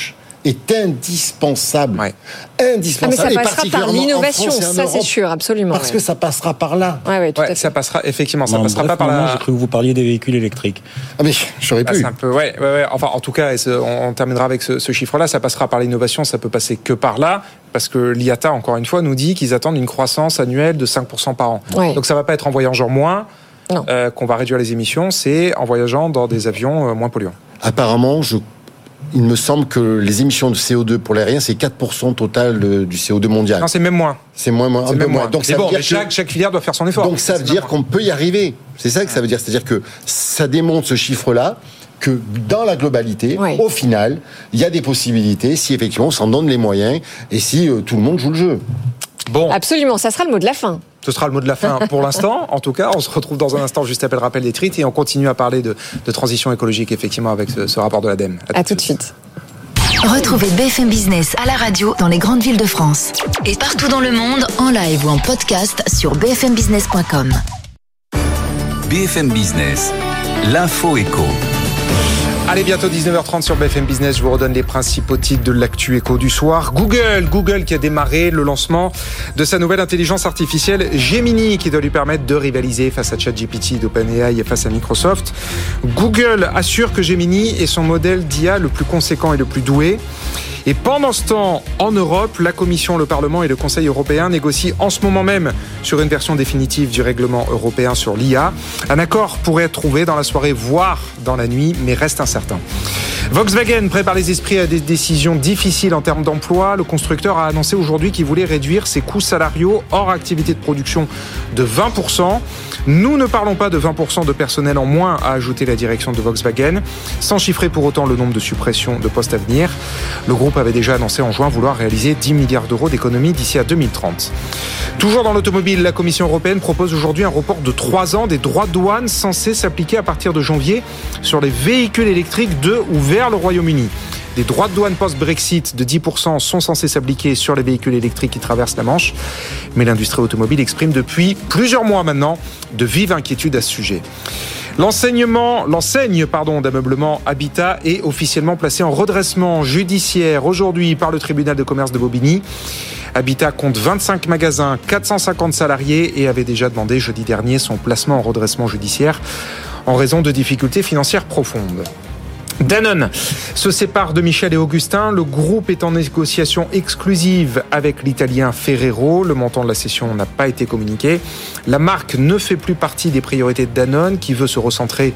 [SPEAKER 12] est indispensable.
[SPEAKER 6] Ouais.
[SPEAKER 12] Indispensable.
[SPEAKER 6] Ah mais ça passera par l'innovation, ça
[SPEAKER 12] Europe,
[SPEAKER 6] c'est sûr, absolument.
[SPEAKER 12] Parce
[SPEAKER 6] ouais.
[SPEAKER 12] que ça passera par là.
[SPEAKER 6] Ouais, ouais, tout
[SPEAKER 5] ouais,
[SPEAKER 6] à fait.
[SPEAKER 5] ça passera, effectivement, ça
[SPEAKER 13] non,
[SPEAKER 5] passera
[SPEAKER 13] bref,
[SPEAKER 5] pas par
[SPEAKER 13] moment,
[SPEAKER 5] la...
[SPEAKER 13] J'ai cru que vous parliez des véhicules électriques.
[SPEAKER 12] Ah mais j'aurais
[SPEAKER 5] Ah,
[SPEAKER 12] pu.
[SPEAKER 5] c'est un peu, ouais, ouais, ouais. Enfin, en tout cas, et ce, on, on terminera avec ce, ce chiffre-là. Ça passera par l'innovation, ça peut passer que par là, parce que l'I A T A, encore une fois, nous dit qu'ils attendent une croissance annuelle de cinq pour cent par an.
[SPEAKER 6] Ouais.
[SPEAKER 5] Donc ça va pas être en voyageant moins euh, qu'on va réduire les émissions, c'est en voyageant dans des avions euh, moins polluants.
[SPEAKER 12] Apparemment, je il me semble que les émissions de C O deux pour l'aérien, c'est quatre pour cent total de, du C O deux mondial.
[SPEAKER 5] Non, c'est même moins.
[SPEAKER 12] C'est moins, moins,
[SPEAKER 5] c'est
[SPEAKER 12] un
[SPEAKER 5] même
[SPEAKER 12] peu moins.
[SPEAKER 5] moins.
[SPEAKER 12] Donc,
[SPEAKER 5] c'est
[SPEAKER 12] ça
[SPEAKER 5] bon,
[SPEAKER 12] veut dire
[SPEAKER 5] mais chaque,
[SPEAKER 12] que,
[SPEAKER 5] chaque filière doit faire son effort.
[SPEAKER 12] donc ça veut dire qu'on peut y arriver. C'est ça que ça veut dire. C'est-à-dire que ça démontre ce chiffre-là, que dans la globalité,
[SPEAKER 6] oui.
[SPEAKER 12] au final, il y a des possibilités si effectivement on s'en donne les moyens et si euh, tout le monde joue le jeu.
[SPEAKER 5] Bon.
[SPEAKER 6] Absolument, ça sera le mot de la fin.
[SPEAKER 5] Ce sera le mot de la fin pour l'instant. En tout cas, on se retrouve dans un instant juste après le rappel des titres et on continue à parler de, de transition écologique, effectivement, avec ce, ce rapport de l'ADEME.
[SPEAKER 6] À, à tout de suite. suite.
[SPEAKER 14] Retrouvez B F M Business à la radio dans les grandes villes de France et partout dans le monde en live ou en podcast sur b f m business point com.
[SPEAKER 1] B F M Business, l'info éco.
[SPEAKER 5] Allez, bientôt dix-neuf heures trente sur B F M Business. Je vous redonne les principaux titres de l'actu éco du soir. Google, Google qui a démarré le lancement de sa nouvelle intelligence artificielle Gemini, qui doit lui permettre de rivaliser face à ChatGPT d'OpenAI et face à Microsoft. Google assure que Gemini est son modèle d'I A le plus conséquent et le plus doué. Et pendant ce temps, en Europe, la Commission, le Parlement et le Conseil européen négocient en ce moment même sur une version définitive du règlement européen sur l'I A. Un accord pourrait être trouvé dans la soirée, voire dans la nuit, mais reste incertain. Volkswagen prépare les esprits à des décisions difficiles en termes d'emploi. Le constructeur a annoncé aujourd'hui qu'il voulait réduire ses coûts salariaux hors activité de production de vingt pour cent. Nous ne parlons pas de vingt pour cent de personnel en moins, a ajouté la direction de Volkswagen, sans chiffrer pour autant le nombre de suppressions de postes à venir. Le groupe avait déjà annoncé en juin vouloir réaliser dix milliards d'euros d'économies d'ici à deux mille trente. Toujours dans l'automobile, la Commission européenne propose aujourd'hui un report de trois ans des droits de douane censés s'appliquer à partir de janvier sur les véhicules électriques de ou vers le Royaume-Uni. Des droits de douane post-Brexit de dix pour cent sont censés s'appliquer sur les véhicules électriques qui traversent la Manche. Mais l'industrie automobile exprime depuis plusieurs mois maintenant de vives inquiétudes à ce sujet. L'enseignement, l'enseigne pardon, d'ameublement Habitat est officiellement placée en redressement judiciaire aujourd'hui par le tribunal de commerce de Bobigny. Habitat compte vingt-cinq magasins, quatre cent cinquante salariés et avait déjà demandé jeudi dernier son placement en redressement judiciaire en raison de difficultés financières profondes. Danone se sépare de Michel et Augustin. Le groupe est en négociation exclusive avec l'italien Ferrero. Le montant de la cession n'a pas été communiqué. La marque ne fait plus partie des priorités de Danone, qui veut se recentrer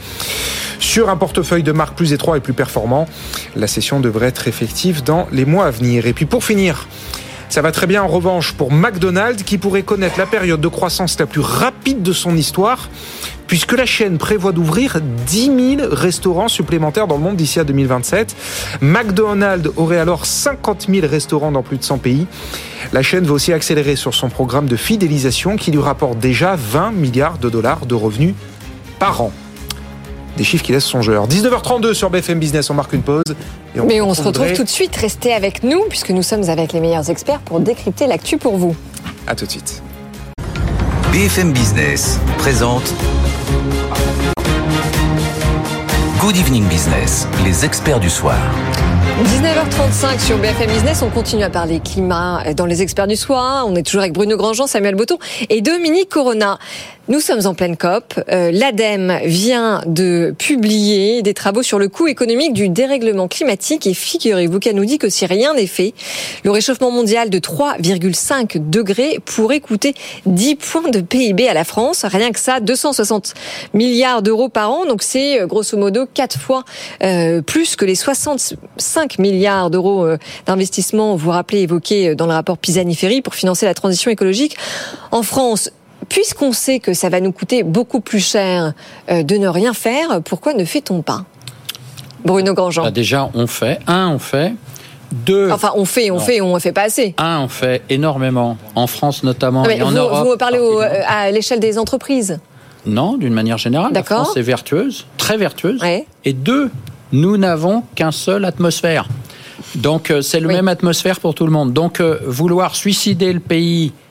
[SPEAKER 5] sur un portefeuille de marques plus étroit et plus performant. La cession devrait être effective dans les mois à venir. Et puis pour finir, ça va très bien en revanche pour McDonald's, qui pourrait connaître la période de croissance la plus rapide de son histoire, puisque la chaîne prévoit d'ouvrir dix mille restaurants supplémentaires dans le monde d'ici à deux mille vingt-sept. McDonald's aurait alors cinquante mille restaurants dans plus de cent pays. La chaîne va aussi accélérer sur son programme de fidélisation qui lui rapporte déjà vingt milliards de dollars de revenus par an. Des chiffres qui laissent songeur. dix-neuf heures trente-deux sur B F M Business, on marque une pause.
[SPEAKER 6] Et on Mais on se retrouve tout de suite. Restez avec nous, puisque nous sommes avec les meilleurs experts pour décrypter l'actu pour vous.
[SPEAKER 5] À tout de suite.
[SPEAKER 1] B F M Business présente Good Evening Business, les experts du soir.
[SPEAKER 6] dix-neuf heures trente-cinq sur B F M Business, on continue à parler climat dans les experts du soir. On est toujours avec Bruno Grandjean, Samuel Botton et Dominique Corona. Nous sommes en pleine COP. Euh, L'ADEME vient de publier des travaux sur le coût économique du dérèglement climatique et figurez-vous qu'elle nous dit que si rien n'est fait, le réchauffement mondial de trois virgule cinq degrés pourrait coûter dix points de P I B à la France. Rien que ça, deux cent soixante milliards d'euros par an. Donc c'est grosso modo quatre fois euh, plus que les soixante-cinq milliards d'euros euh, d'investissement, vous vous rappelez, évoqués dans le rapport Pisani-Ferry pour financer la transition écologique en France. Puisqu'on sait que ça va nous coûter beaucoup plus cher de ne rien faire, pourquoi ne fait-on pas ? Bruno Grandjean.
[SPEAKER 11] Bah déjà, on fait. Un, on fait. Deux.
[SPEAKER 6] Enfin, on fait, on non. fait, on ne fait pas assez.
[SPEAKER 11] Un, on fait énormément. En France notamment
[SPEAKER 6] mais
[SPEAKER 11] et en
[SPEAKER 6] vous,
[SPEAKER 11] Europe.
[SPEAKER 6] Vous me parlez au, à l'échelle des entreprises ?
[SPEAKER 11] Non, d'une manière générale.
[SPEAKER 6] D'accord.
[SPEAKER 11] La France est vertueuse, très vertueuse.
[SPEAKER 6] Ouais.
[SPEAKER 11] Et deux, nous n'avons qu'un seul atmosphère. Donc, c'est le oui. même atmosphère pour tout le monde. Donc, euh, vouloir suicider le pays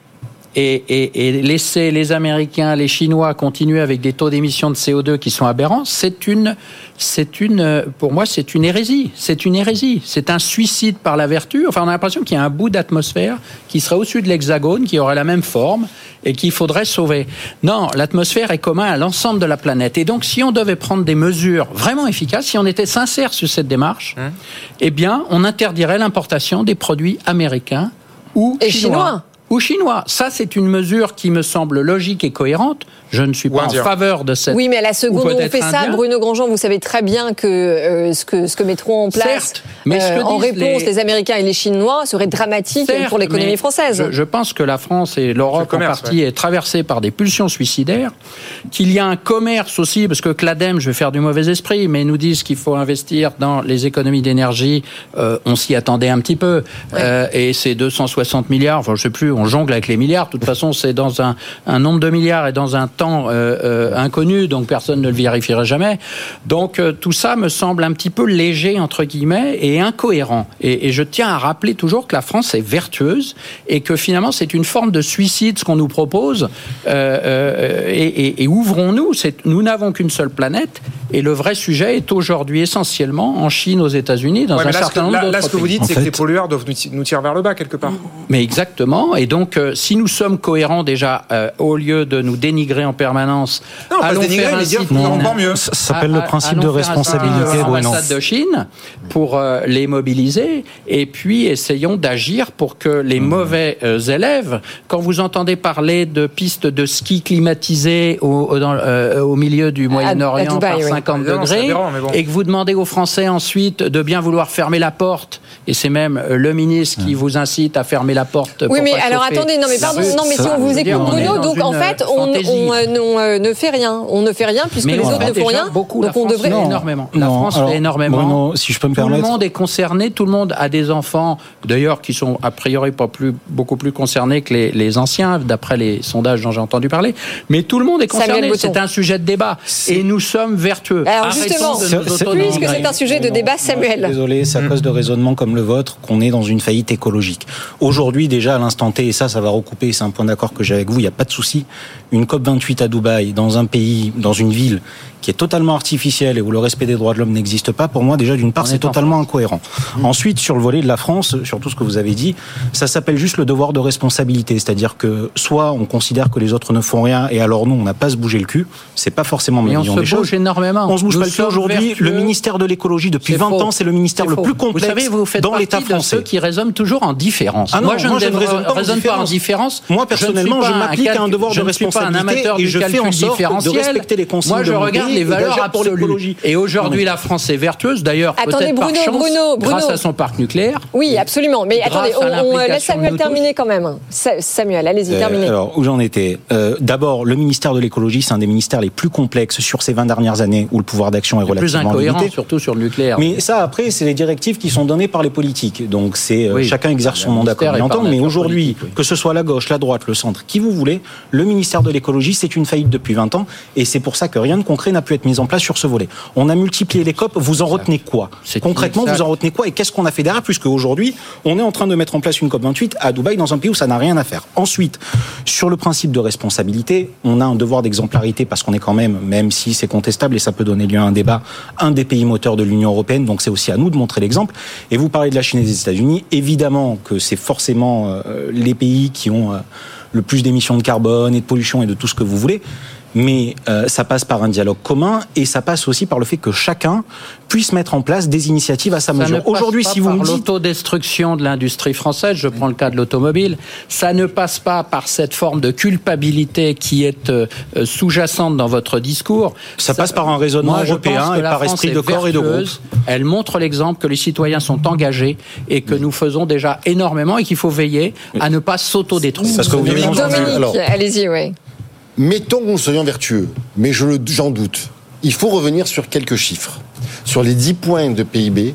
[SPEAKER 11] et, et, et laisser les Américains, les Chinois continuer avec des taux d'émission de C O deux qui sont aberrants, c'est une, c'est une, pour moi, c'est une hérésie. C'est une hérésie. C'est un suicide par la vertu. Enfin, on a l'impression qu'il y a un bout d'atmosphère qui serait au-dessus de l'hexagone, qui aurait la même forme et qu'il faudrait sauver. Non, l'atmosphère est commune à l'ensemble de la planète. Et donc, si on devait prendre des mesures vraiment efficaces, si on était sincère sur cette démarche, hein eh bien, on interdirait l'importation des produits américains ou
[SPEAKER 6] et
[SPEAKER 11] chinois.
[SPEAKER 6] chinois.
[SPEAKER 11] Ou chinois. Ça, c'est une mesure qui me semble logique et cohérente. Je ne suis pas en faveur de cette...
[SPEAKER 6] Oui, mais à la seconde où on fait ça,
[SPEAKER 11] indien.
[SPEAKER 6] Bruno Grandjean, vous savez très bien que euh, ce que ce que mettront en place
[SPEAKER 11] Certes, mais ce que
[SPEAKER 6] euh, en réponse
[SPEAKER 11] les...
[SPEAKER 6] les Américains et les Chinois serait dramatique
[SPEAKER 11] Certes,
[SPEAKER 6] pour l'économie française.
[SPEAKER 11] Je, je pense que la France et l'Europe en partie ouais. est traversée par des pulsions suicidaires, qu'il y a un commerce aussi, parce que l'Ademe, je vais faire du mauvais esprit, mais ils nous disent qu'il faut investir dans les économies d'énergie. Euh, on s'y attendait un petit peu. Ouais. Euh, et c'est deux cent soixante milliards, enfin je sais plus, on jongle avec les milliards. De toute façon, c'est dans un, un nombre de milliards et dans un temps euh, euh, inconnu, donc personne ne le vérifierait jamais. Donc euh, tout ça me semble un petit peu léger, entre guillemets, et incohérent. Et, et je tiens à rappeler toujours que la France est vertueuse et que finalement, c'est une forme de suicide, ce qu'on nous propose. Euh, euh, et, et, et ouvrons-nous. C'est, nous n'avons qu'une seule planète et le vrai sujet est aujourd'hui essentiellement en Chine, aux États-unis, dans ouais, un certain nombre d'autres pays.
[SPEAKER 5] Là, ce que vous dites, en c'est fait... que les pollueurs doivent nous, nous tirer vers le bas, quelque part.
[SPEAKER 11] Mais exactement. Et donc, euh, si nous sommes cohérents déjà, euh, au lieu de nous dénigrer en permanence,
[SPEAKER 5] non, allons
[SPEAKER 11] dénigrer,
[SPEAKER 5] faire un
[SPEAKER 11] site,
[SPEAKER 5] dire encore mieux.
[SPEAKER 13] Ça s'appelle le principe de responsabilité.
[SPEAKER 11] De l'ambassade de Chine pour euh, les mobiliser, et puis essayons d'agir pour que les mmh. mauvais euh, élèves, quand vous entendez parler de pistes de ski climatisées au, au, dans, euh, au milieu du Moyen-Orient Dubaï, par cinquante oui. degrés, aberrant, bon. et que vous demandez aux Français ensuite de bien vouloir fermer la porte, et c'est même le ministre mmh. qui vous incite à fermer la porte.
[SPEAKER 6] Oui,
[SPEAKER 11] pour
[SPEAKER 6] mais
[SPEAKER 11] pas
[SPEAKER 6] alors attendez, non mais pardon, non mais si on vous écoute Bruno, donc en fait on, on, euh, on euh, ne fait rien, on ne fait rien puisque mais les autres ne font rien,
[SPEAKER 11] beaucoup,
[SPEAKER 6] donc on devrait
[SPEAKER 11] non, énormément. La
[SPEAKER 13] non,
[SPEAKER 11] France
[SPEAKER 13] alors,
[SPEAKER 11] fait énormément.
[SPEAKER 13] Bruno, si je peux me
[SPEAKER 11] tout
[SPEAKER 13] permettre,
[SPEAKER 11] le monde est concerné, tout le monde a des enfants, d'ailleurs qui sont a priori pas plus beaucoup plus concernés que les, les anciens, d'après les sondages dont j'ai entendu parler. Mais tout le monde est concerné. C'est un sujet de débat c'est... et nous sommes vertueux.
[SPEAKER 6] Alors Arrêtons justement, puisque c'est un sujet de débat, Samuel.
[SPEAKER 13] Désolé, c'est à cause de raisonnements comme le vôtre qu'on est dans une faillite écologique. Aujourd'hui, déjà à l'instant T, et ça, ça va recouper, c'est un point d'accord que j'ai avec vous, il n'y a pas de souci. Une COP vingt-huit à Dubaï, dans un pays, dans une ville qui est totalement artificielle et où le respect des droits de l'homme n'existe pas, pour moi, déjà, d'une part, c'est totalement incohérent. Mmh. Ensuite, sur le volet de la France, sur tout ce que vous avez dit, ça s'appelle juste le devoir de responsabilité. C'est-à-dire que soit on considère que les autres ne font rien et alors nous, on n'a pas à se bouger le cul. C'est pas forcément ma vision des choses.
[SPEAKER 11] On se bouge énormément.
[SPEAKER 13] On se bouge
[SPEAKER 11] nous
[SPEAKER 13] pas le cul aujourd'hui.
[SPEAKER 11] Vertueux.
[SPEAKER 13] Le ministère de l'écologie, depuis vingt ans, c'est le ministère le plus complexe
[SPEAKER 11] vous savez, vous faites
[SPEAKER 13] dans l'État français.
[SPEAKER 11] De ceux qui raisonnent toujours en différence.
[SPEAKER 13] Ah non,
[SPEAKER 11] moi, je
[SPEAKER 13] moi,
[SPEAKER 11] ne,
[SPEAKER 13] je ne raisonne pas,
[SPEAKER 11] raisonne
[SPEAKER 13] en,
[SPEAKER 11] pas en différence.
[SPEAKER 13] Moi, personnellement, je, je m'applique à un devoir de responsabilité et je fais en sorte de respecter les consignes.
[SPEAKER 11] Moi, je regarde les valeurs absolues. Et aujourd'hui, la France est vertueuse, d'ailleurs,
[SPEAKER 6] attendez,
[SPEAKER 11] peut-être
[SPEAKER 6] Bruno,
[SPEAKER 11] par chance,
[SPEAKER 6] Bruno, Bruno.
[SPEAKER 11] grâce à son parc nucléaire.
[SPEAKER 6] Oui, absolument. Mais attendez, on, on laisse Samuel terminer quand même. Samuel, allez-y,
[SPEAKER 13] euh,
[SPEAKER 6] terminez.
[SPEAKER 13] Alors, où j'en étais euh, D'abord, le ministère de l'écologie, c'est un des ministères les plus complexes sur ces vingt dernières années où le pouvoir d'action est, est relativement
[SPEAKER 11] plus incohérent,
[SPEAKER 13] limité.
[SPEAKER 11] Surtout sur le nucléaire.
[SPEAKER 13] Mais ça, après, c'est les directives qui sont données par les politiques. Donc, c'est
[SPEAKER 11] oui,
[SPEAKER 13] chacun exerce son mandat comme il entend. Mais aujourd'hui, oui. que ce soit la gauche, la droite, le centre, qui vous voulez, le ministère de l'écologie, c'est une faillite depuis vingt ans. Et c'est pour ça que rien de concret n'a pu être mis en place sur ce volet. On a multiplié les COP, vous en retenez quoi ? Concrètement, vous en retenez quoi ? Et qu'est-ce qu'on a fait derrière ? Puisque aujourd'hui, on est en train de mettre en place une COP vingt-huit à Dubaï, dans un pays où ça n'a rien à faire. Ensuite, sur le principe de responsabilité, on a un devoir d'exemplarité parce qu'on est quand même, même si c'est contestable et ça peut donner lieu à un débat, un des pays moteurs de l'Union européenne. Donc c'est aussi à nous de montrer l'exemple. Et vous parlez de la Chine et des États-Unis. Évidemment que c'est forcément euh, les pays qui ont euh, le plus d'émissions de carbone et de pollution et de tout ce que vous voulez. Mais euh, ça passe par un dialogue commun et ça passe aussi par le fait que chacun puisse mettre en place des initiatives à sa
[SPEAKER 11] ça
[SPEAKER 13] mesure. Aujourd'hui, si vous me dites
[SPEAKER 11] l'autodestruction de l'industrie française, je prends le cas de l'automobile, ça ne passe pas par cette forme de culpabilité qui est euh, sous-jacente dans votre discours.
[SPEAKER 13] Ça, ça passe par un raisonnement moi, européen et par esprit de corps et de groupe.
[SPEAKER 11] Elle montre l'exemple que les citoyens sont engagés et que oui. nous faisons déjà énormément et qu'il faut veiller oui. à ne pas s'autodétruire.
[SPEAKER 6] Parce que vous Dominique, Dominique allez-y, oui.
[SPEAKER 12] Mettons que nous soyons vertueux, mais je le, j'en doute. Il faut revenir sur quelques chiffres. Sur les dix points de P I B,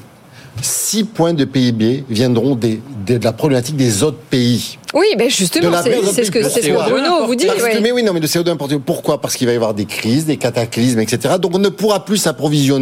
[SPEAKER 12] six points de P I B viendront des, des, de la problématique des autres pays.
[SPEAKER 6] Oui, mais justement, c'est, c'est ce que, c'est ce que Bruno vous dit.
[SPEAKER 12] Ouais. Mais oui, non, mais le C O deux importé. Pourquoi ? Parce qu'il va y avoir des crises, des cataclysmes, et cetera. Donc on ne pourra plus s'approvisionner.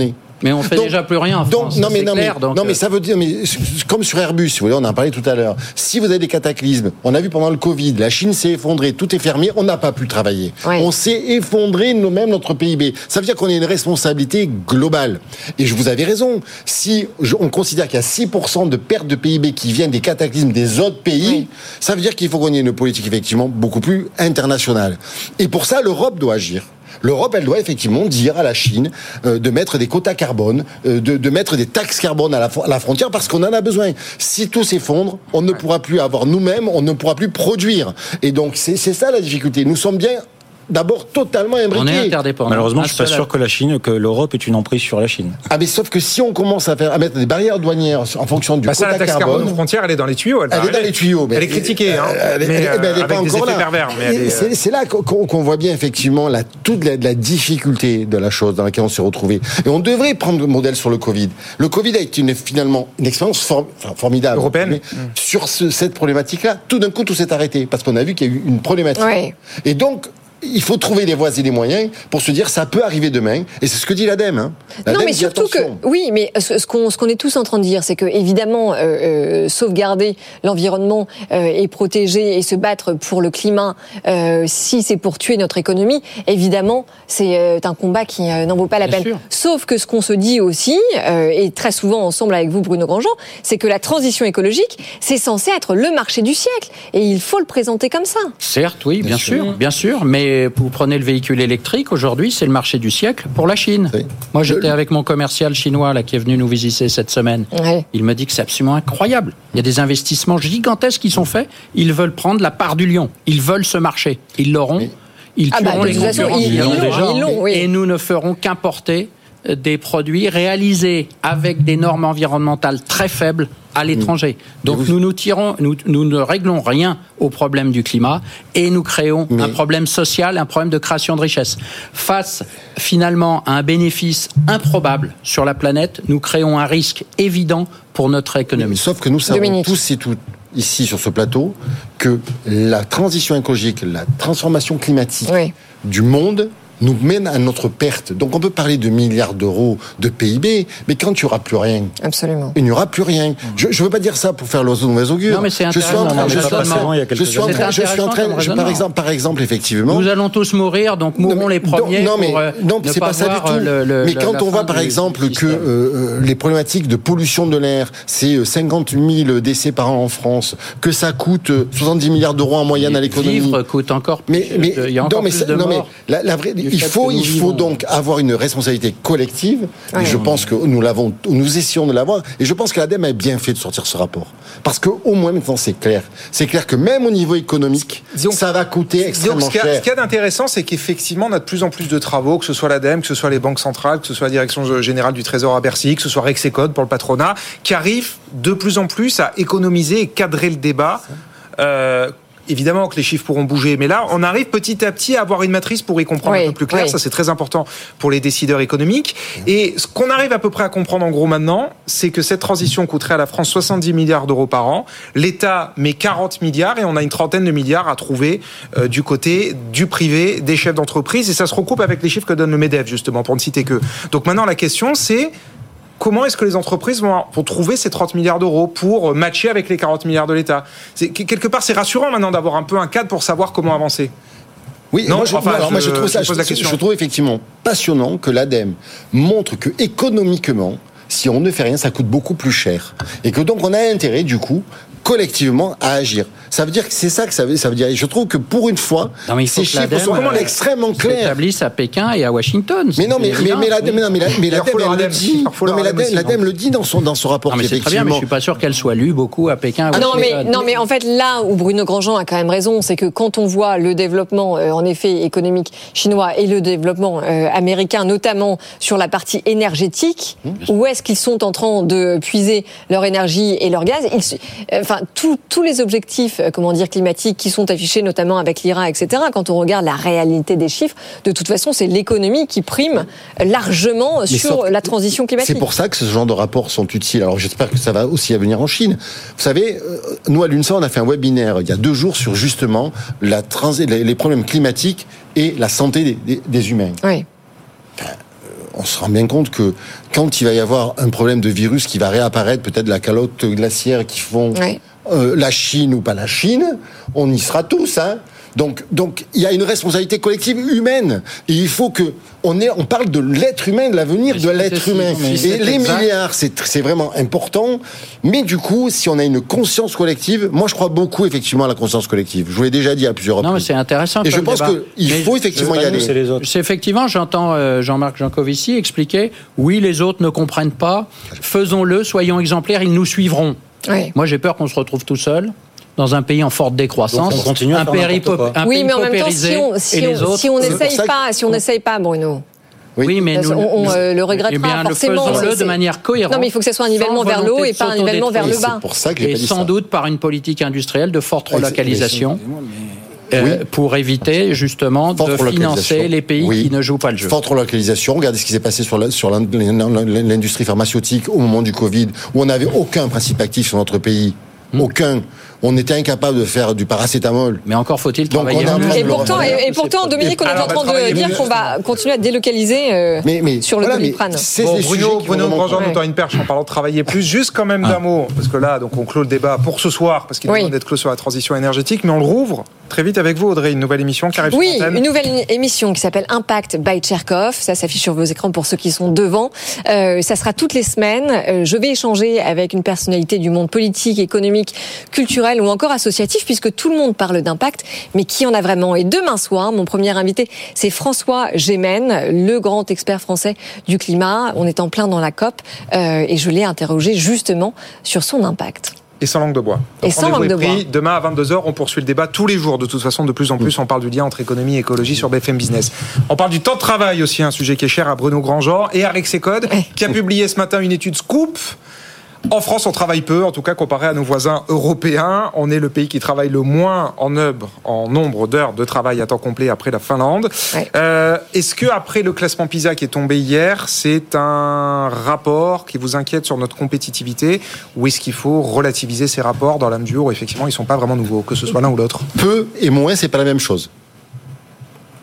[SPEAKER 11] Mais on fait
[SPEAKER 12] donc,
[SPEAKER 11] déjà plus rien en France.
[SPEAKER 12] Donc, non, mais, non,
[SPEAKER 11] clair,
[SPEAKER 12] mais,
[SPEAKER 11] donc,
[SPEAKER 12] non, mais ça veut dire, mais, comme sur Airbus, vous voyez, on en a parlé tout à l'heure. Si vous avez des cataclysmes, on a vu pendant le Covid, la Chine s'est effondrée, tout est fermé, on n'a pas pu travailler. Oui. On s'est effondré nous-mêmes notre P I B. Ça veut dire qu'on a une responsabilité globale. Et je vous avais raison. Si on considère qu'il y a six pour cent de perte de P I B qui viennent des cataclysmes des autres pays, oui. ça veut dire qu'il faut qu'on ait une politique effectivement beaucoup plus internationale. Et pour ça, l'Europe doit agir. L'Europe, elle doit effectivement dire à la Chine euh, de mettre des quotas carbone, euh, de, de mettre des taxes carbone à la, à la frontière parce qu'on en a besoin. Si tout s'effondre, on ne pourra plus avoir nous-mêmes, on ne pourra plus produire. Et donc, c'est, c'est ça la difficulté. Nous sommes bien... D'abord totalement imbriqués.
[SPEAKER 11] On est interdépendants.
[SPEAKER 13] Malheureusement, je suis pas sûr que la Chine, que l'Europe est une emprise sur la Chine.
[SPEAKER 12] Ah mais sauf que si on commence à faire à mettre des barrières douanières en fonction du
[SPEAKER 5] bah
[SPEAKER 12] quota
[SPEAKER 5] ça, la taxe
[SPEAKER 12] carbone,
[SPEAKER 5] carbone aux frontières, elle est dans les tuyaux. Elle,
[SPEAKER 12] elle est dans les tuyaux.
[SPEAKER 5] Mais elle est critiquée, hein.
[SPEAKER 12] Elle,
[SPEAKER 5] mais,
[SPEAKER 12] elle, elle, elle est pas encore là.
[SPEAKER 5] Pervers, mais elle est...
[SPEAKER 12] c'est, c'est là qu'on, qu'on voit bien effectivement la, toute la, la difficulté de la chose dans laquelle on s'est retrouvé. Et on devrait prendre le modèle sur le Covid. Le Covid a été une, finalement une expérience for, enfin, formidable
[SPEAKER 5] européenne
[SPEAKER 12] mais mmh. sur ce, cette problématique-là. Tout d'un coup, tout s'est arrêté parce qu'on a vu qu'il y a eu une problématique.
[SPEAKER 6] Oui.
[SPEAKER 12] Et donc il faut trouver les voies et les moyens pour se dire ça peut arriver demain, et c'est ce que dit l'ADEME. Hein.
[SPEAKER 6] L'ADEME non, mais surtout attention. que oui, mais ce, ce qu'on ce qu'on est tous en train de dire, c'est que évidemment euh, euh, sauvegarder l'environnement euh, et protéger et se battre pour le climat, euh, si c'est pour tuer notre économie, évidemment c'est euh, un combat qui euh, n'en vaut pas la Bien peine. Sûr. Sauf que ce qu'on se dit aussi, euh, et très souvent ensemble avec vous, Bruno Grandjean, c'est que la transition écologique, c'est censé être le marché du siècle, et il faut le présenter comme ça.
[SPEAKER 11] Certes, oui, bien, bien sûr, sûr, bien sûr, mais vous prenez le véhicule électrique, aujourd'hui, c'est le marché du siècle pour la Chine. Oui. Moi, j'étais avec mon commercial chinois là, qui est venu nous visiter cette semaine. Oui. Il me dit que c'est absolument incroyable. Il y a des investissements gigantesques qui sont faits. Ils veulent prendre la part du lion. Ils veulent ce marché. Ils l'auront. Oui. Ils tueront ah bah, les concurrents. Ils, ils l'ont déjà. Ils l'ont, oui. Et nous ne ferons qu'importer des produits réalisés avec des normes environnementales très faibles à l'étranger. Donc vous... nous nous tirons, nous, nous ne réglons rien au problème du climat et nous créons Mais... un problème social, un problème de création de richesse. Face finalement à un bénéfice improbable sur la planète, nous créons un risque évident pour notre économie.
[SPEAKER 12] Mais, sauf que nous savons Dominique. tous et toutes ici sur ce plateau que la transition écologique, la transformation climatique oui. du monde nous mène à notre perte. Donc on peut parler de milliards d'euros de P I B, mais quand il n'y aura plus rien,
[SPEAKER 6] absolument,
[SPEAKER 12] il n'y aura plus rien. Je ne veux pas dire ça pour faire l'oiseau de mauvais augure.
[SPEAKER 11] Non, mais c'est intéressant.
[SPEAKER 12] Je suis en train, je suis en train, je suis en train, je, par exemple, par exemple, effectivement,
[SPEAKER 11] nous allons tous mourir, donc mourrons les premiers.
[SPEAKER 12] Non, mais
[SPEAKER 11] pour, euh,
[SPEAKER 12] non, c'est pas, pas ça du tout. Le, le, mais quand on voit, par exemple, que euh, les problématiques de pollution de l'air, c'est cinquante mille décès par an en France, que ça coûte soixante-dix milliards d'euros en moyenne à l'économie.
[SPEAKER 11] Vivre coûte encore plus.
[SPEAKER 12] Mais, mais,
[SPEAKER 11] il y a encore plus de morts.
[SPEAKER 12] La, la vraie, il faut, il faut donc avoir une responsabilité collective. Ouais. Et je pense que nous l'avons, nous essayons de l'avoir. Et je pense que l'ADEME a bien fait de sortir ce rapport, parce que au moins maintenant c'est clair. C'est clair que même au niveau économique, disons, ça va coûter extrêmement
[SPEAKER 5] disons, ce
[SPEAKER 12] cher.
[SPEAKER 5] Ce qu'il y a d'intéressant, c'est qu'effectivement, on a de plus en plus de travaux, que ce soit l'ADEME, que ce soit les banques centrales, que ce soit la Direction générale du Trésor à Bercy, que ce soit Rexecode pour le patronat, qui arrivent de plus en plus à économiser et cadrer le débat. Euh, Évidemment que les chiffres pourront bouger, mais là, on arrive petit à petit à avoir une matrice pour y comprendre oui, un peu plus clair. Oui. Ça, c'est très important pour les décideurs économiques. Et ce qu'on arrive à peu près à comprendre en gros maintenant, c'est que cette transition coûterait à la France soixante-dix milliards d'euros par an. L'État met quarante milliards et on a une trentaine de milliards à trouver euh, du côté du privé, des chefs d'entreprise. Et ça se recoupe avec les chiffres que donne le MEDEF, justement, pour ne citer que. Donc maintenant, la question, c'est... comment est-ce que les entreprises vont, vont trouver ces trente milliards d'euros pour matcher avec les quarante milliards de l'État ? C'est, quelque part, c'est rassurant maintenant d'avoir un peu un cadre pour savoir comment avancer.
[SPEAKER 12] Oui, non, moi, je, enfin, alors, je, moi je trouve ça, je, je, je trouve effectivement passionnant que l'ADEME montre que économiquement, si on ne fait rien, ça coûte beaucoup plus cher, et que donc on a intérêt du coup collectivement à agir. Ça veut dire que c'est ça que ça veut, ça veut dire. Et je trouve que pour une fois,
[SPEAKER 11] non, mais il faut
[SPEAKER 12] ces chiffres sont vraiment extrêmement clairs.
[SPEAKER 11] S'établissent à Pékin et à Washington.
[SPEAKER 12] Mais non, mais mais mais l'ADEME, mais mais l'ADEME le dit. Non, mais l'ADEME, l'ADEME le dit dans son dans son rapport.
[SPEAKER 11] Non, mais c'est très bien, mais je suis pas sûr qu'elle soit lue beaucoup à Pékin. À
[SPEAKER 6] non, mais non, mais en fait là où Bruno Grandjean a quand même raison, c'est que quand on voit le développement euh, en effet économique chinois et le développement euh, américain, notamment sur la partie énergétique, mmh, où est-ce qu'ils sont en train de puiser leur énergie et leur gaz, ils, euh, enfin tous tous les objectifs, euh, comment dire, climatiques qui sont affichés notamment avec l'I R A, et cetera. Quand on regarde la réalité des chiffres, de toute façon, c'est l'économie qui prime largement Mais sur la transition climatique.
[SPEAKER 12] C'est pour ça que ce genre de rapports sont utiles. Alors j'espère que ça va aussi à venir en Chine. Vous savez, nous à l'UNSA, on a fait un webinaire il y a deux jours sur justement la trans- les problèmes climatiques et la santé des, des, des humains.
[SPEAKER 6] Oui.
[SPEAKER 12] on se rend bien compte que quand il va y avoir un problème de virus qui va réapparaître, peut-être de la calotte glaciaire qui font ouais. euh, la Chine ou pas la Chine, on y sera tous, hein. Donc, donc, il y a une responsabilité collective humaine. Et il faut que on est, on parle de l'être humain, de l'avenir de l'être humain. Et les milliards, c'est, c'est vraiment important. Mais du coup, si on a une conscience collective, moi, je crois beaucoup effectivement à la conscience collective. Je vous l'ai déjà dit à plusieurs reprises.
[SPEAKER 11] Non, mais c'est intéressant.
[SPEAKER 12] Et je pense
[SPEAKER 11] débat.
[SPEAKER 12] qu'il faut effectivement y aller.
[SPEAKER 11] C'est, les autres. c'est effectivement, j'entends euh, Jean-Marc Jancovici expliquer. Oui, les autres ne comprennent pas. Faisons-le, soyons exemplaires, ils nous suivront. Oui. Moi, j'ai peur qu'on se retrouve tout seul. Dans un pays en forte décroissance,
[SPEAKER 13] on continue à
[SPEAKER 11] un,
[SPEAKER 13] péripo-
[SPEAKER 11] un
[SPEAKER 6] oui,
[SPEAKER 11] pays
[SPEAKER 6] mais en même temps,
[SPEAKER 11] paupérisé,
[SPEAKER 6] si on si
[SPEAKER 11] et les
[SPEAKER 6] on,
[SPEAKER 11] autres,
[SPEAKER 6] si on n'essaye pas, si on n'essaye pas, Bruno.
[SPEAKER 11] Oui, oui mais nous,
[SPEAKER 6] on, on euh, le regrettera
[SPEAKER 11] eh bien,
[SPEAKER 6] forcément.
[SPEAKER 11] Le faisons-le de manière cohérente.
[SPEAKER 6] Non, mais il faut que ce soit un nivellement vers le haut et pas un nivellement vers le bas.
[SPEAKER 12] C'est pour ça que j'ai
[SPEAKER 11] et
[SPEAKER 12] pas dit
[SPEAKER 11] sans
[SPEAKER 12] ça.
[SPEAKER 11] doute par une politique industrielle de forte relocalisation.
[SPEAKER 12] Oui.
[SPEAKER 11] Euh, pour éviter justement forte de financer les pays oui. qui ne jouent pas le jeu.
[SPEAKER 12] Forte relocalisation. Regardez ce qui s'est passé sur, la, sur l'industrie pharmaceutique au moment du Covid, où on n'avait aucun principe actif sur notre pays. Mmh. Aucun. On était incapable de faire du paracétamol.
[SPEAKER 11] Mais encore faut-il travailler.
[SPEAKER 6] Et pourtant, et, et pourtant, Dominique, on est en train de dire qu'on va continuer à délocaliser euh,
[SPEAKER 12] mais, mais,
[SPEAKER 6] sur le
[SPEAKER 12] voilà,
[SPEAKER 6] Doliprane.
[SPEAKER 5] Bon, Bruno, Bruno Grandjean nous tend une perche en parlant de travailler plus. Juste quand même ah. d'un mot, parce que là, donc on clôt le débat pour ce soir, parce qu'il est oui. demande d'être clos sur la transition énergétique, mais on le rouvre très vite avec vous, Audrey, une nouvelle émission qui arrive
[SPEAKER 6] oui,
[SPEAKER 5] sur l'antenne.
[SPEAKER 6] Une nouvelle émission qui s'appelle Impact by Tcherkov. Ça s'affiche sur vos écrans pour ceux qui sont devant. Euh, ça sera toutes les semaines. Euh, je vais échanger avec une personnalité du monde politique, économique, culturel ou encore associatif, puisque tout le monde parle d'impact, mais qui en a vraiment? Et demain soir, mon premier invité, c'est François Gémen, le grand expert français du climat. On est en plein dans la COP euh, et je l'ai interrogé justement sur son impact.
[SPEAKER 5] Et sans langue de bois.
[SPEAKER 6] Donc, et sans langue de bois.
[SPEAKER 5] Demain à vingt-deux heures, on poursuit le débat tous les jours. De toute façon, de plus en plus, on parle du lien entre économie et écologie sur B F M Business. On parle du temps de travail aussi, un sujet qui est cher à Bruno Grandjean et à Rexecode, qui a publié ce matin une étude Scoop. En France, on travaille peu, en tout cas comparé à nos voisins européens. On est le pays qui travaille le moins en œuvre, en nombre d'heures de travail à temps complet après la Finlande. Ouais. Euh, est-ce que après le classement PISA qui est tombé hier, c'est un rapport qui vous inquiète sur notre compétitivité, ou est-ce qu'il faut relativiser ces rapports dans la mesure où effectivement ils sont pas vraiment nouveaux, que ce soit l'un ou l'autre?
[SPEAKER 12] Peu et moins, c'est pas la même chose. D'accord ?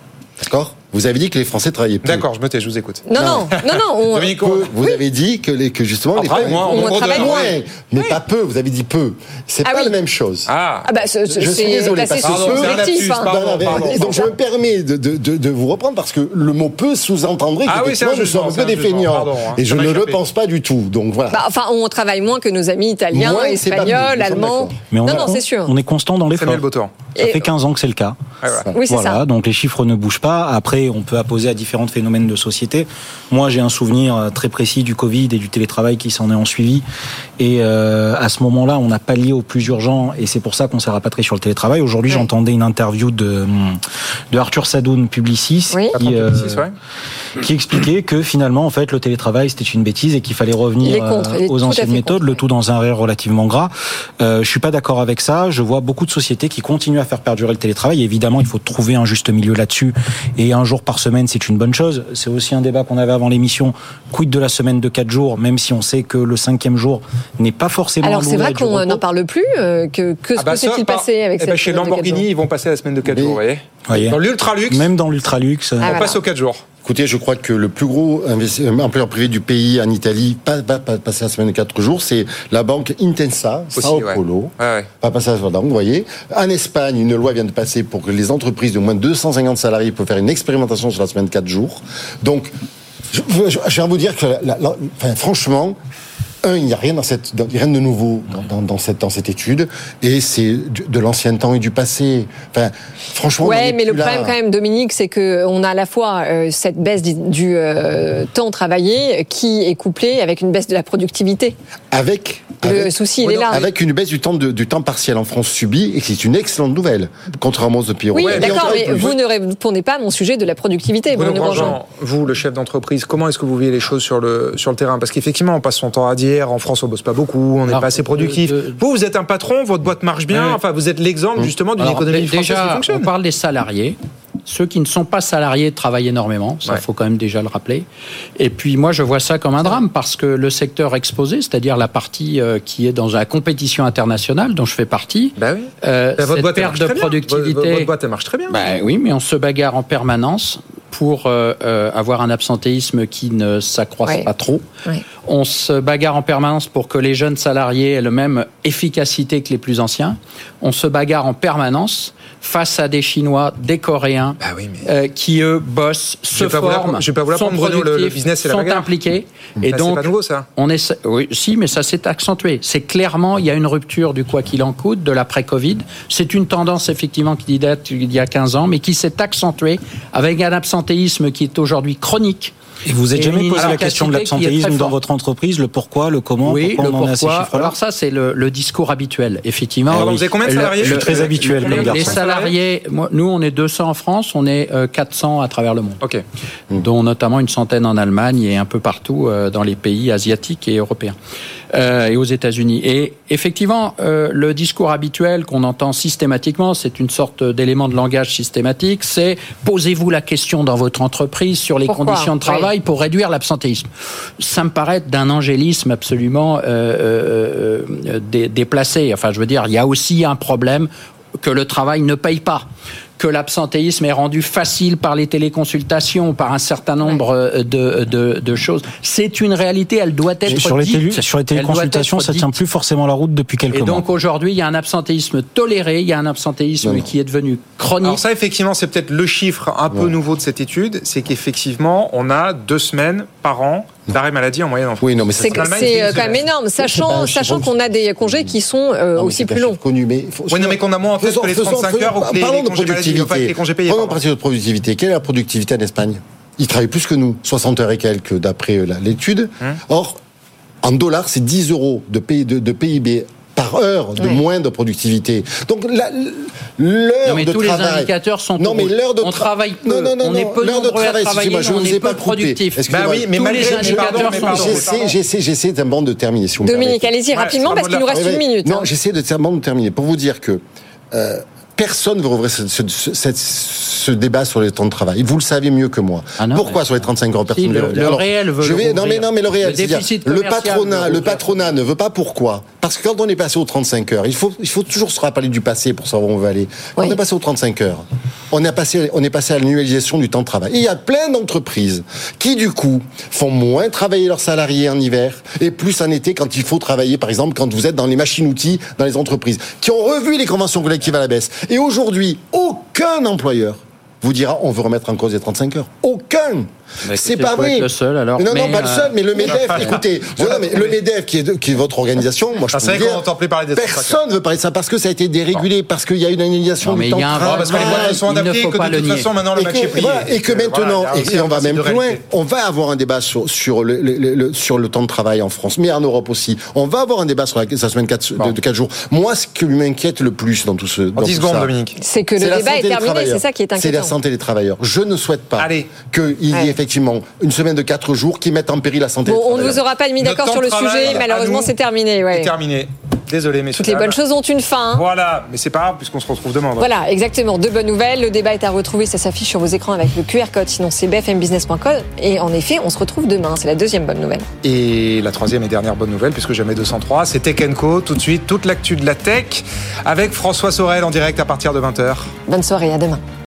[SPEAKER 12] Vous avez dit que les Français travaillaient peu.
[SPEAKER 5] D'accord, je me tais, je vous écoute.
[SPEAKER 6] Non, non, non, non. On...
[SPEAKER 12] Dominique, peu, vous oui. avez dit que, les, que justement...
[SPEAKER 5] On
[SPEAKER 12] les
[SPEAKER 5] travaille moins,
[SPEAKER 6] on, on travaille moins.
[SPEAKER 12] Mais oui. pas peu, vous avez dit peu. C'est ah pas oui. la même chose.
[SPEAKER 6] Ah, ah bah, ce, ce,
[SPEAKER 12] je suis désolé, parce que peu...
[SPEAKER 6] Subjectif, hein.
[SPEAKER 12] pardon, pardon, pardon. Donc je me permets de, de, de, de vous reprendre, parce que le mot peu sous-entendrait que
[SPEAKER 5] ah oui,
[SPEAKER 12] nous sommes un peu des feignants.
[SPEAKER 5] Hein.
[SPEAKER 12] Et je ne le pense pas du tout. Donc voilà.
[SPEAKER 6] Bah, enfin, on travaille moins que nos amis italiens,
[SPEAKER 12] moins,
[SPEAKER 6] espagnols, allemands.
[SPEAKER 13] Non,
[SPEAKER 6] non, c'est sûr.
[SPEAKER 13] On est constant dans l'effort. Ça fait quinze ans que c'est le cas.
[SPEAKER 6] Oui, c'est ça.
[SPEAKER 13] Donc les chiffres ne bougent pas. Après, on peut apposer à différents phénomènes de société. Moi, j'ai un souvenir très précis du Covid et du télétravail qui s'en est en suivi. Et euh, à ce moment-là, on a pallié au plus urgent, et c'est pour ça qu'on s'est rapatrié sur le télétravail. Aujourd'hui, ouais. j'entendais une interview de, de Arthur Sadoun, Publicis,
[SPEAKER 6] oui.
[SPEAKER 13] qui, euh,
[SPEAKER 5] Publicis, ouais.
[SPEAKER 13] qui expliquait que finalement, en fait, le télétravail, c'était une bêtise et qu'il fallait revenir
[SPEAKER 6] contre,
[SPEAKER 13] euh, aux anciennes méthodes, contre, le tout dans un rire relativement gras. Euh, je suis pas d'accord avec ça. Je vois beaucoup de sociétés qui continuent à faire perdurer le télétravail. Et évidemment, il faut trouver un juste milieu là-dessus. Et un jour par semaine, c'est une bonne chose. C'est aussi un débat qu'on avait avant l'émission. Quid de la semaine de quatre jours, même si on sait que le cinquième jour n'est pas forcément.
[SPEAKER 6] Alors c'est vrai qu'on n'en parle plus. Euh, que que,
[SPEAKER 5] ah bah
[SPEAKER 6] que s'est-il passé avec
[SPEAKER 5] eh
[SPEAKER 6] cette
[SPEAKER 5] bah chez Lamborghini, ils vont passer à la semaine de quatre jours, vous voyez.
[SPEAKER 13] voyez.
[SPEAKER 5] Dans l'ultra-luxe.
[SPEAKER 13] Même dans l'ultra-luxe.
[SPEAKER 5] Ah,
[SPEAKER 13] on
[SPEAKER 5] voilà. passe aux quatre jours.
[SPEAKER 12] Écoutez, je crois que le plus gros employeur privé du pays en Italie va pas, pas, pas passer la semaine de quatre jours, c'est la banque Intesa,
[SPEAKER 5] Aussi,
[SPEAKER 12] Sao
[SPEAKER 5] ouais.
[SPEAKER 12] Paulo.
[SPEAKER 5] Ouais, ouais.
[SPEAKER 12] Pas passer la semaine, vous voyez. En Espagne, une loi vient de passer pour que les entreprises de moins de deux cent cinquante salariés peuvent faire une expérimentation sur la semaine de quatre jours. Donc, je, je, je viens vous dire que, la, la, la, enfin, franchement, un, il n'y a rien dans cette, dans, rien de nouveau dans, dans, dans, cette, dans cette étude, et c'est de, de l'ancien temps et du passé. Enfin, franchement.
[SPEAKER 6] Ouais, mais le
[SPEAKER 12] là.
[SPEAKER 6] problème quand même, Dominique, c'est que on a à la fois euh, cette baisse du, du euh, temps travaillé qui est couplée avec une baisse de la productivité.
[SPEAKER 12] Avec.
[SPEAKER 6] Le
[SPEAKER 12] avec,
[SPEAKER 6] souci,
[SPEAKER 12] ouais,
[SPEAKER 6] il est là.
[SPEAKER 12] Avec une baisse du temps de, du temps partiel en France subi, et c'est une excellente nouvelle, contrairement aux pays
[SPEAKER 6] Oui,
[SPEAKER 12] européens.
[SPEAKER 6] d'accord, mais vous ne répondez pas à mon sujet de la productivité.
[SPEAKER 5] Bruno Grandjean, vous, le chef d'entreprise, comment est-ce que vous voyez les choses sur le sur le terrain? Parce qu'effectivement, on passe son temps à dire, en France, on bosse pas beaucoup, on n'est pas assez productif. De, de, vous, vous êtes un patron, votre boîte marche bien. Euh, enfin, vous êtes l'exemple justement d'une alors, économie française
[SPEAKER 11] déjà,
[SPEAKER 5] qui fonctionne.
[SPEAKER 11] On parle des salariés. Ceux qui ne sont pas salariés travaillent énormément, ça il ouais. faut quand même déjà le rappeler. Et puis moi je vois ça comme un drame parce que le secteur exposé, c'est-à-dire la partie euh, qui est dans la compétition internationale dont je fais partie,
[SPEAKER 5] bah oui.
[SPEAKER 11] euh,
[SPEAKER 5] bah,
[SPEAKER 11] cette perte de productivité...
[SPEAKER 5] Votre, votre boîte elle marche très bien.
[SPEAKER 11] Bah oui, mais on se bagarre en permanence pour euh, euh, avoir un absentéisme qui ne s'accroisse
[SPEAKER 6] ouais.
[SPEAKER 11] pas trop.
[SPEAKER 6] Ouais.
[SPEAKER 11] On se bagarre en permanence pour que les jeunes salariés aient la même efficacité que les plus anciens. On se bagarre en permanence face à des Chinois, des Coréens,
[SPEAKER 5] bah oui, mais...
[SPEAKER 11] euh, qui eux bossent, se forment,
[SPEAKER 5] je vais pas vous
[SPEAKER 11] sont
[SPEAKER 5] Bruno, le, le business et la
[SPEAKER 11] sont
[SPEAKER 5] bagarre.
[SPEAKER 11] impliqués.
[SPEAKER 5] Mmh.
[SPEAKER 11] Et
[SPEAKER 5] bah,
[SPEAKER 11] donc,
[SPEAKER 5] c'est pas nouveau ça.
[SPEAKER 11] on est, oui, si, mais ça s'est accentué. C'est clairement, il y a une rupture du quoi qu'il en coûte, de l'après-Covid. C'est une tendance effectivement qui date d'il y a quinze ans, mais qui s'est accentuée avec un absentéisme qui est aujourd'hui chronique.
[SPEAKER 13] Et vous n'êtes jamais posé la question de l'absentéisme dans votre entreprise, le pourquoi, le comment,
[SPEAKER 11] oui,
[SPEAKER 13] pourquoi
[SPEAKER 11] le
[SPEAKER 13] on en est à ces
[SPEAKER 11] pourquoi.
[SPEAKER 13] chiffres-là?
[SPEAKER 11] Alors ça, c'est le, le discours habituel, effectivement.
[SPEAKER 5] Alors, oui. Vous avez combien de salariés?
[SPEAKER 11] Le,
[SPEAKER 13] Je suis très
[SPEAKER 11] le,
[SPEAKER 13] habituel,
[SPEAKER 11] le,
[SPEAKER 13] même
[SPEAKER 11] Les salariés, moi, nous, on est deux cents en France, on est euh, quatre cents à travers le monde.
[SPEAKER 5] Ok.
[SPEAKER 11] Dont notamment une centaine en Allemagne et un peu partout euh, dans les pays asiatiques et européens. Euh, et aux États-Unis. Et effectivement, euh, le discours habituel qu'on entend systématiquement, c'est une sorte d'élément de langage systématique, c'est posez-vous la question dans votre entreprise sur les
[SPEAKER 6] Pourquoi
[SPEAKER 11] conditions de travail oui. pour réduire l'absentéisme. Ça me paraît d'un angélisme absolument euh, euh, euh, dé- déplacé. Enfin, je veux dire, il y a aussi un problème que le travail ne paye pas, que l'absentéisme est rendu facile par les téléconsultations, par un certain nombre ouais. de, de, de choses. C'est une réalité, elle doit être
[SPEAKER 13] sur les
[SPEAKER 11] dite.
[SPEAKER 13] Télé, sur les téléconsultations, ça ne tient plus forcément la route depuis quelques mois.
[SPEAKER 11] Et donc mois. Aujourd'hui, il y a un absentéisme toléré, il y a un absentéisme non, non. qui est devenu chronique.
[SPEAKER 5] Alors ça, effectivement, c'est peut-être le chiffre un peu ouais. nouveau de cette étude, c'est qu'effectivement, on a deux semaines par an d'arrêt maladie en moyenne en France.
[SPEAKER 12] Oui, non, mais ça,
[SPEAKER 6] c'est, c'est, c'est quand même énorme, sachant, sachant qu'on a des congés qui sont euh, non, aussi plus longs.
[SPEAKER 12] Connu, mais faut,
[SPEAKER 5] oui, non, mais qu'on a moins en fait que les trente-cinq faisons, heures ou que les, les congés maladie, enfin, les congés payés.
[SPEAKER 12] Prenons partie de productivité. Quelle est la productivité en Espagne? Ils travaillent plus que nous, soixante heures et quelques d'après l'étude. Hum. Or, en dollars, c'est dix euros de, P, de, de P I B par heure de oui. moins de productivité. Donc la, l'heure
[SPEAKER 11] non, mais
[SPEAKER 12] de
[SPEAKER 11] tous
[SPEAKER 12] travail.
[SPEAKER 11] Les indicateurs sont
[SPEAKER 12] non mais l'heure de
[SPEAKER 11] tra- on travaille peu.
[SPEAKER 12] Non non non,
[SPEAKER 11] on est peu
[SPEAKER 12] l'heure de travail. Excusez-moi, je ne vous ai pas coupé.
[SPEAKER 5] Bah oui, mais
[SPEAKER 11] tous
[SPEAKER 5] malgré
[SPEAKER 11] les indicateurs sont.
[SPEAKER 12] J'essaie, j'essaie, j'essaie d'un bon de terminer. Si vous
[SPEAKER 6] Dominique, allez-y rapidement parce qu'il nous reste une minute.
[SPEAKER 12] Non, j'essaie de d'un bon de terminer pour vous dire que. Euh, Personne ne veut rouvrir ce, ce, ce, ce, ce débat sur les temps de travail. Vous le savez mieux que moi. Ah non, Pourquoi sur les trente-cinq heures personne
[SPEAKER 11] si,
[SPEAKER 12] ne
[SPEAKER 11] veut le, le réel veut
[SPEAKER 12] je vais,
[SPEAKER 11] le
[SPEAKER 12] non mais non mais le réel,
[SPEAKER 11] le
[SPEAKER 12] c'est-à-dire le patronat, le patronat ne veut pas. Pourquoi? Parce que quand on est passé aux trente-cinq heures, il faut il faut toujours se rappeler du passé pour savoir où on va aller. Quand oui. on est passé aux trente-cinq heures, on est passé on est passé à l'annualisation du temps de travail. Et il y a plein d'entreprises qui du coup font moins travailler leurs salariés en hiver et plus en été quand il faut travailler, par exemple quand vous êtes dans les machines-outils dans les entreprises, qui ont revu les conventions collectives à la baisse. Et aujourd'hui, aucun employeur vous dira on veut remettre en cause les trente-cinq heures. Aucun.
[SPEAKER 11] Bah,
[SPEAKER 12] c'est pas vrai.
[SPEAKER 11] Le seul, alors.
[SPEAKER 12] Non,
[SPEAKER 11] mais
[SPEAKER 12] non, pas euh... le seul, mais le MEDEF, écoutez, voilà, mais le MEDEF qui est, qui est votre organisation, moi je
[SPEAKER 5] ah,
[SPEAKER 12] peux vous dire,
[SPEAKER 5] plus parler des
[SPEAKER 12] personne ne veut parler de ça parce que ça a été dérégulé, parce qu'il y a une annulation du temps de travail.
[SPEAKER 5] Parce que les boîtes sont adaptées, que de toute façon maintenant le match est plié.
[SPEAKER 12] Et que maintenant, et on va même plus loin, on va avoir un débat sur sur le sur le temps de travail en France, mais en Europe aussi. On va avoir un débat sur la semaine de quatre jours. Moi, ce qui m'inquiète le plus dans tout ce
[SPEAKER 5] en dix secondes, Dominique,
[SPEAKER 6] c'est que le débat est terminé, c'est ça qui est inquiétant.
[SPEAKER 12] C'est la santé des travailleurs. Je ne souhaite pas qu'il y ait effectivement une semaine de quatre jours qui mettent en péril la santé.
[SPEAKER 6] Bon, on ne vous aura pas mis d'accord sur le sujet, malheureusement c'est terminé. Ouais.
[SPEAKER 5] C'est terminé. Désolé, messieurs.
[SPEAKER 6] Toutes les bonnes choses ont une fin. Hein.
[SPEAKER 5] Voilà, mais c'est pas grave puisqu'on se retrouve demain.
[SPEAKER 6] Voilà, voilà exactement. Deux bonnes nouvelles. Le débat est à retrouver, ça s'affiche sur vos écrans avec le Q R code. Sinon, c'est b f m business point com. Et en effet, on se retrouve demain. C'est la deuxième bonne nouvelle.
[SPEAKER 5] Et la troisième et dernière bonne nouvelle, puisque jamais deux cent trois, c'est Tech and Co. Tout de suite, toute l'actu de la tech avec François Sorel en direct à partir de vingt heures.
[SPEAKER 6] Bonne soirée, à demain.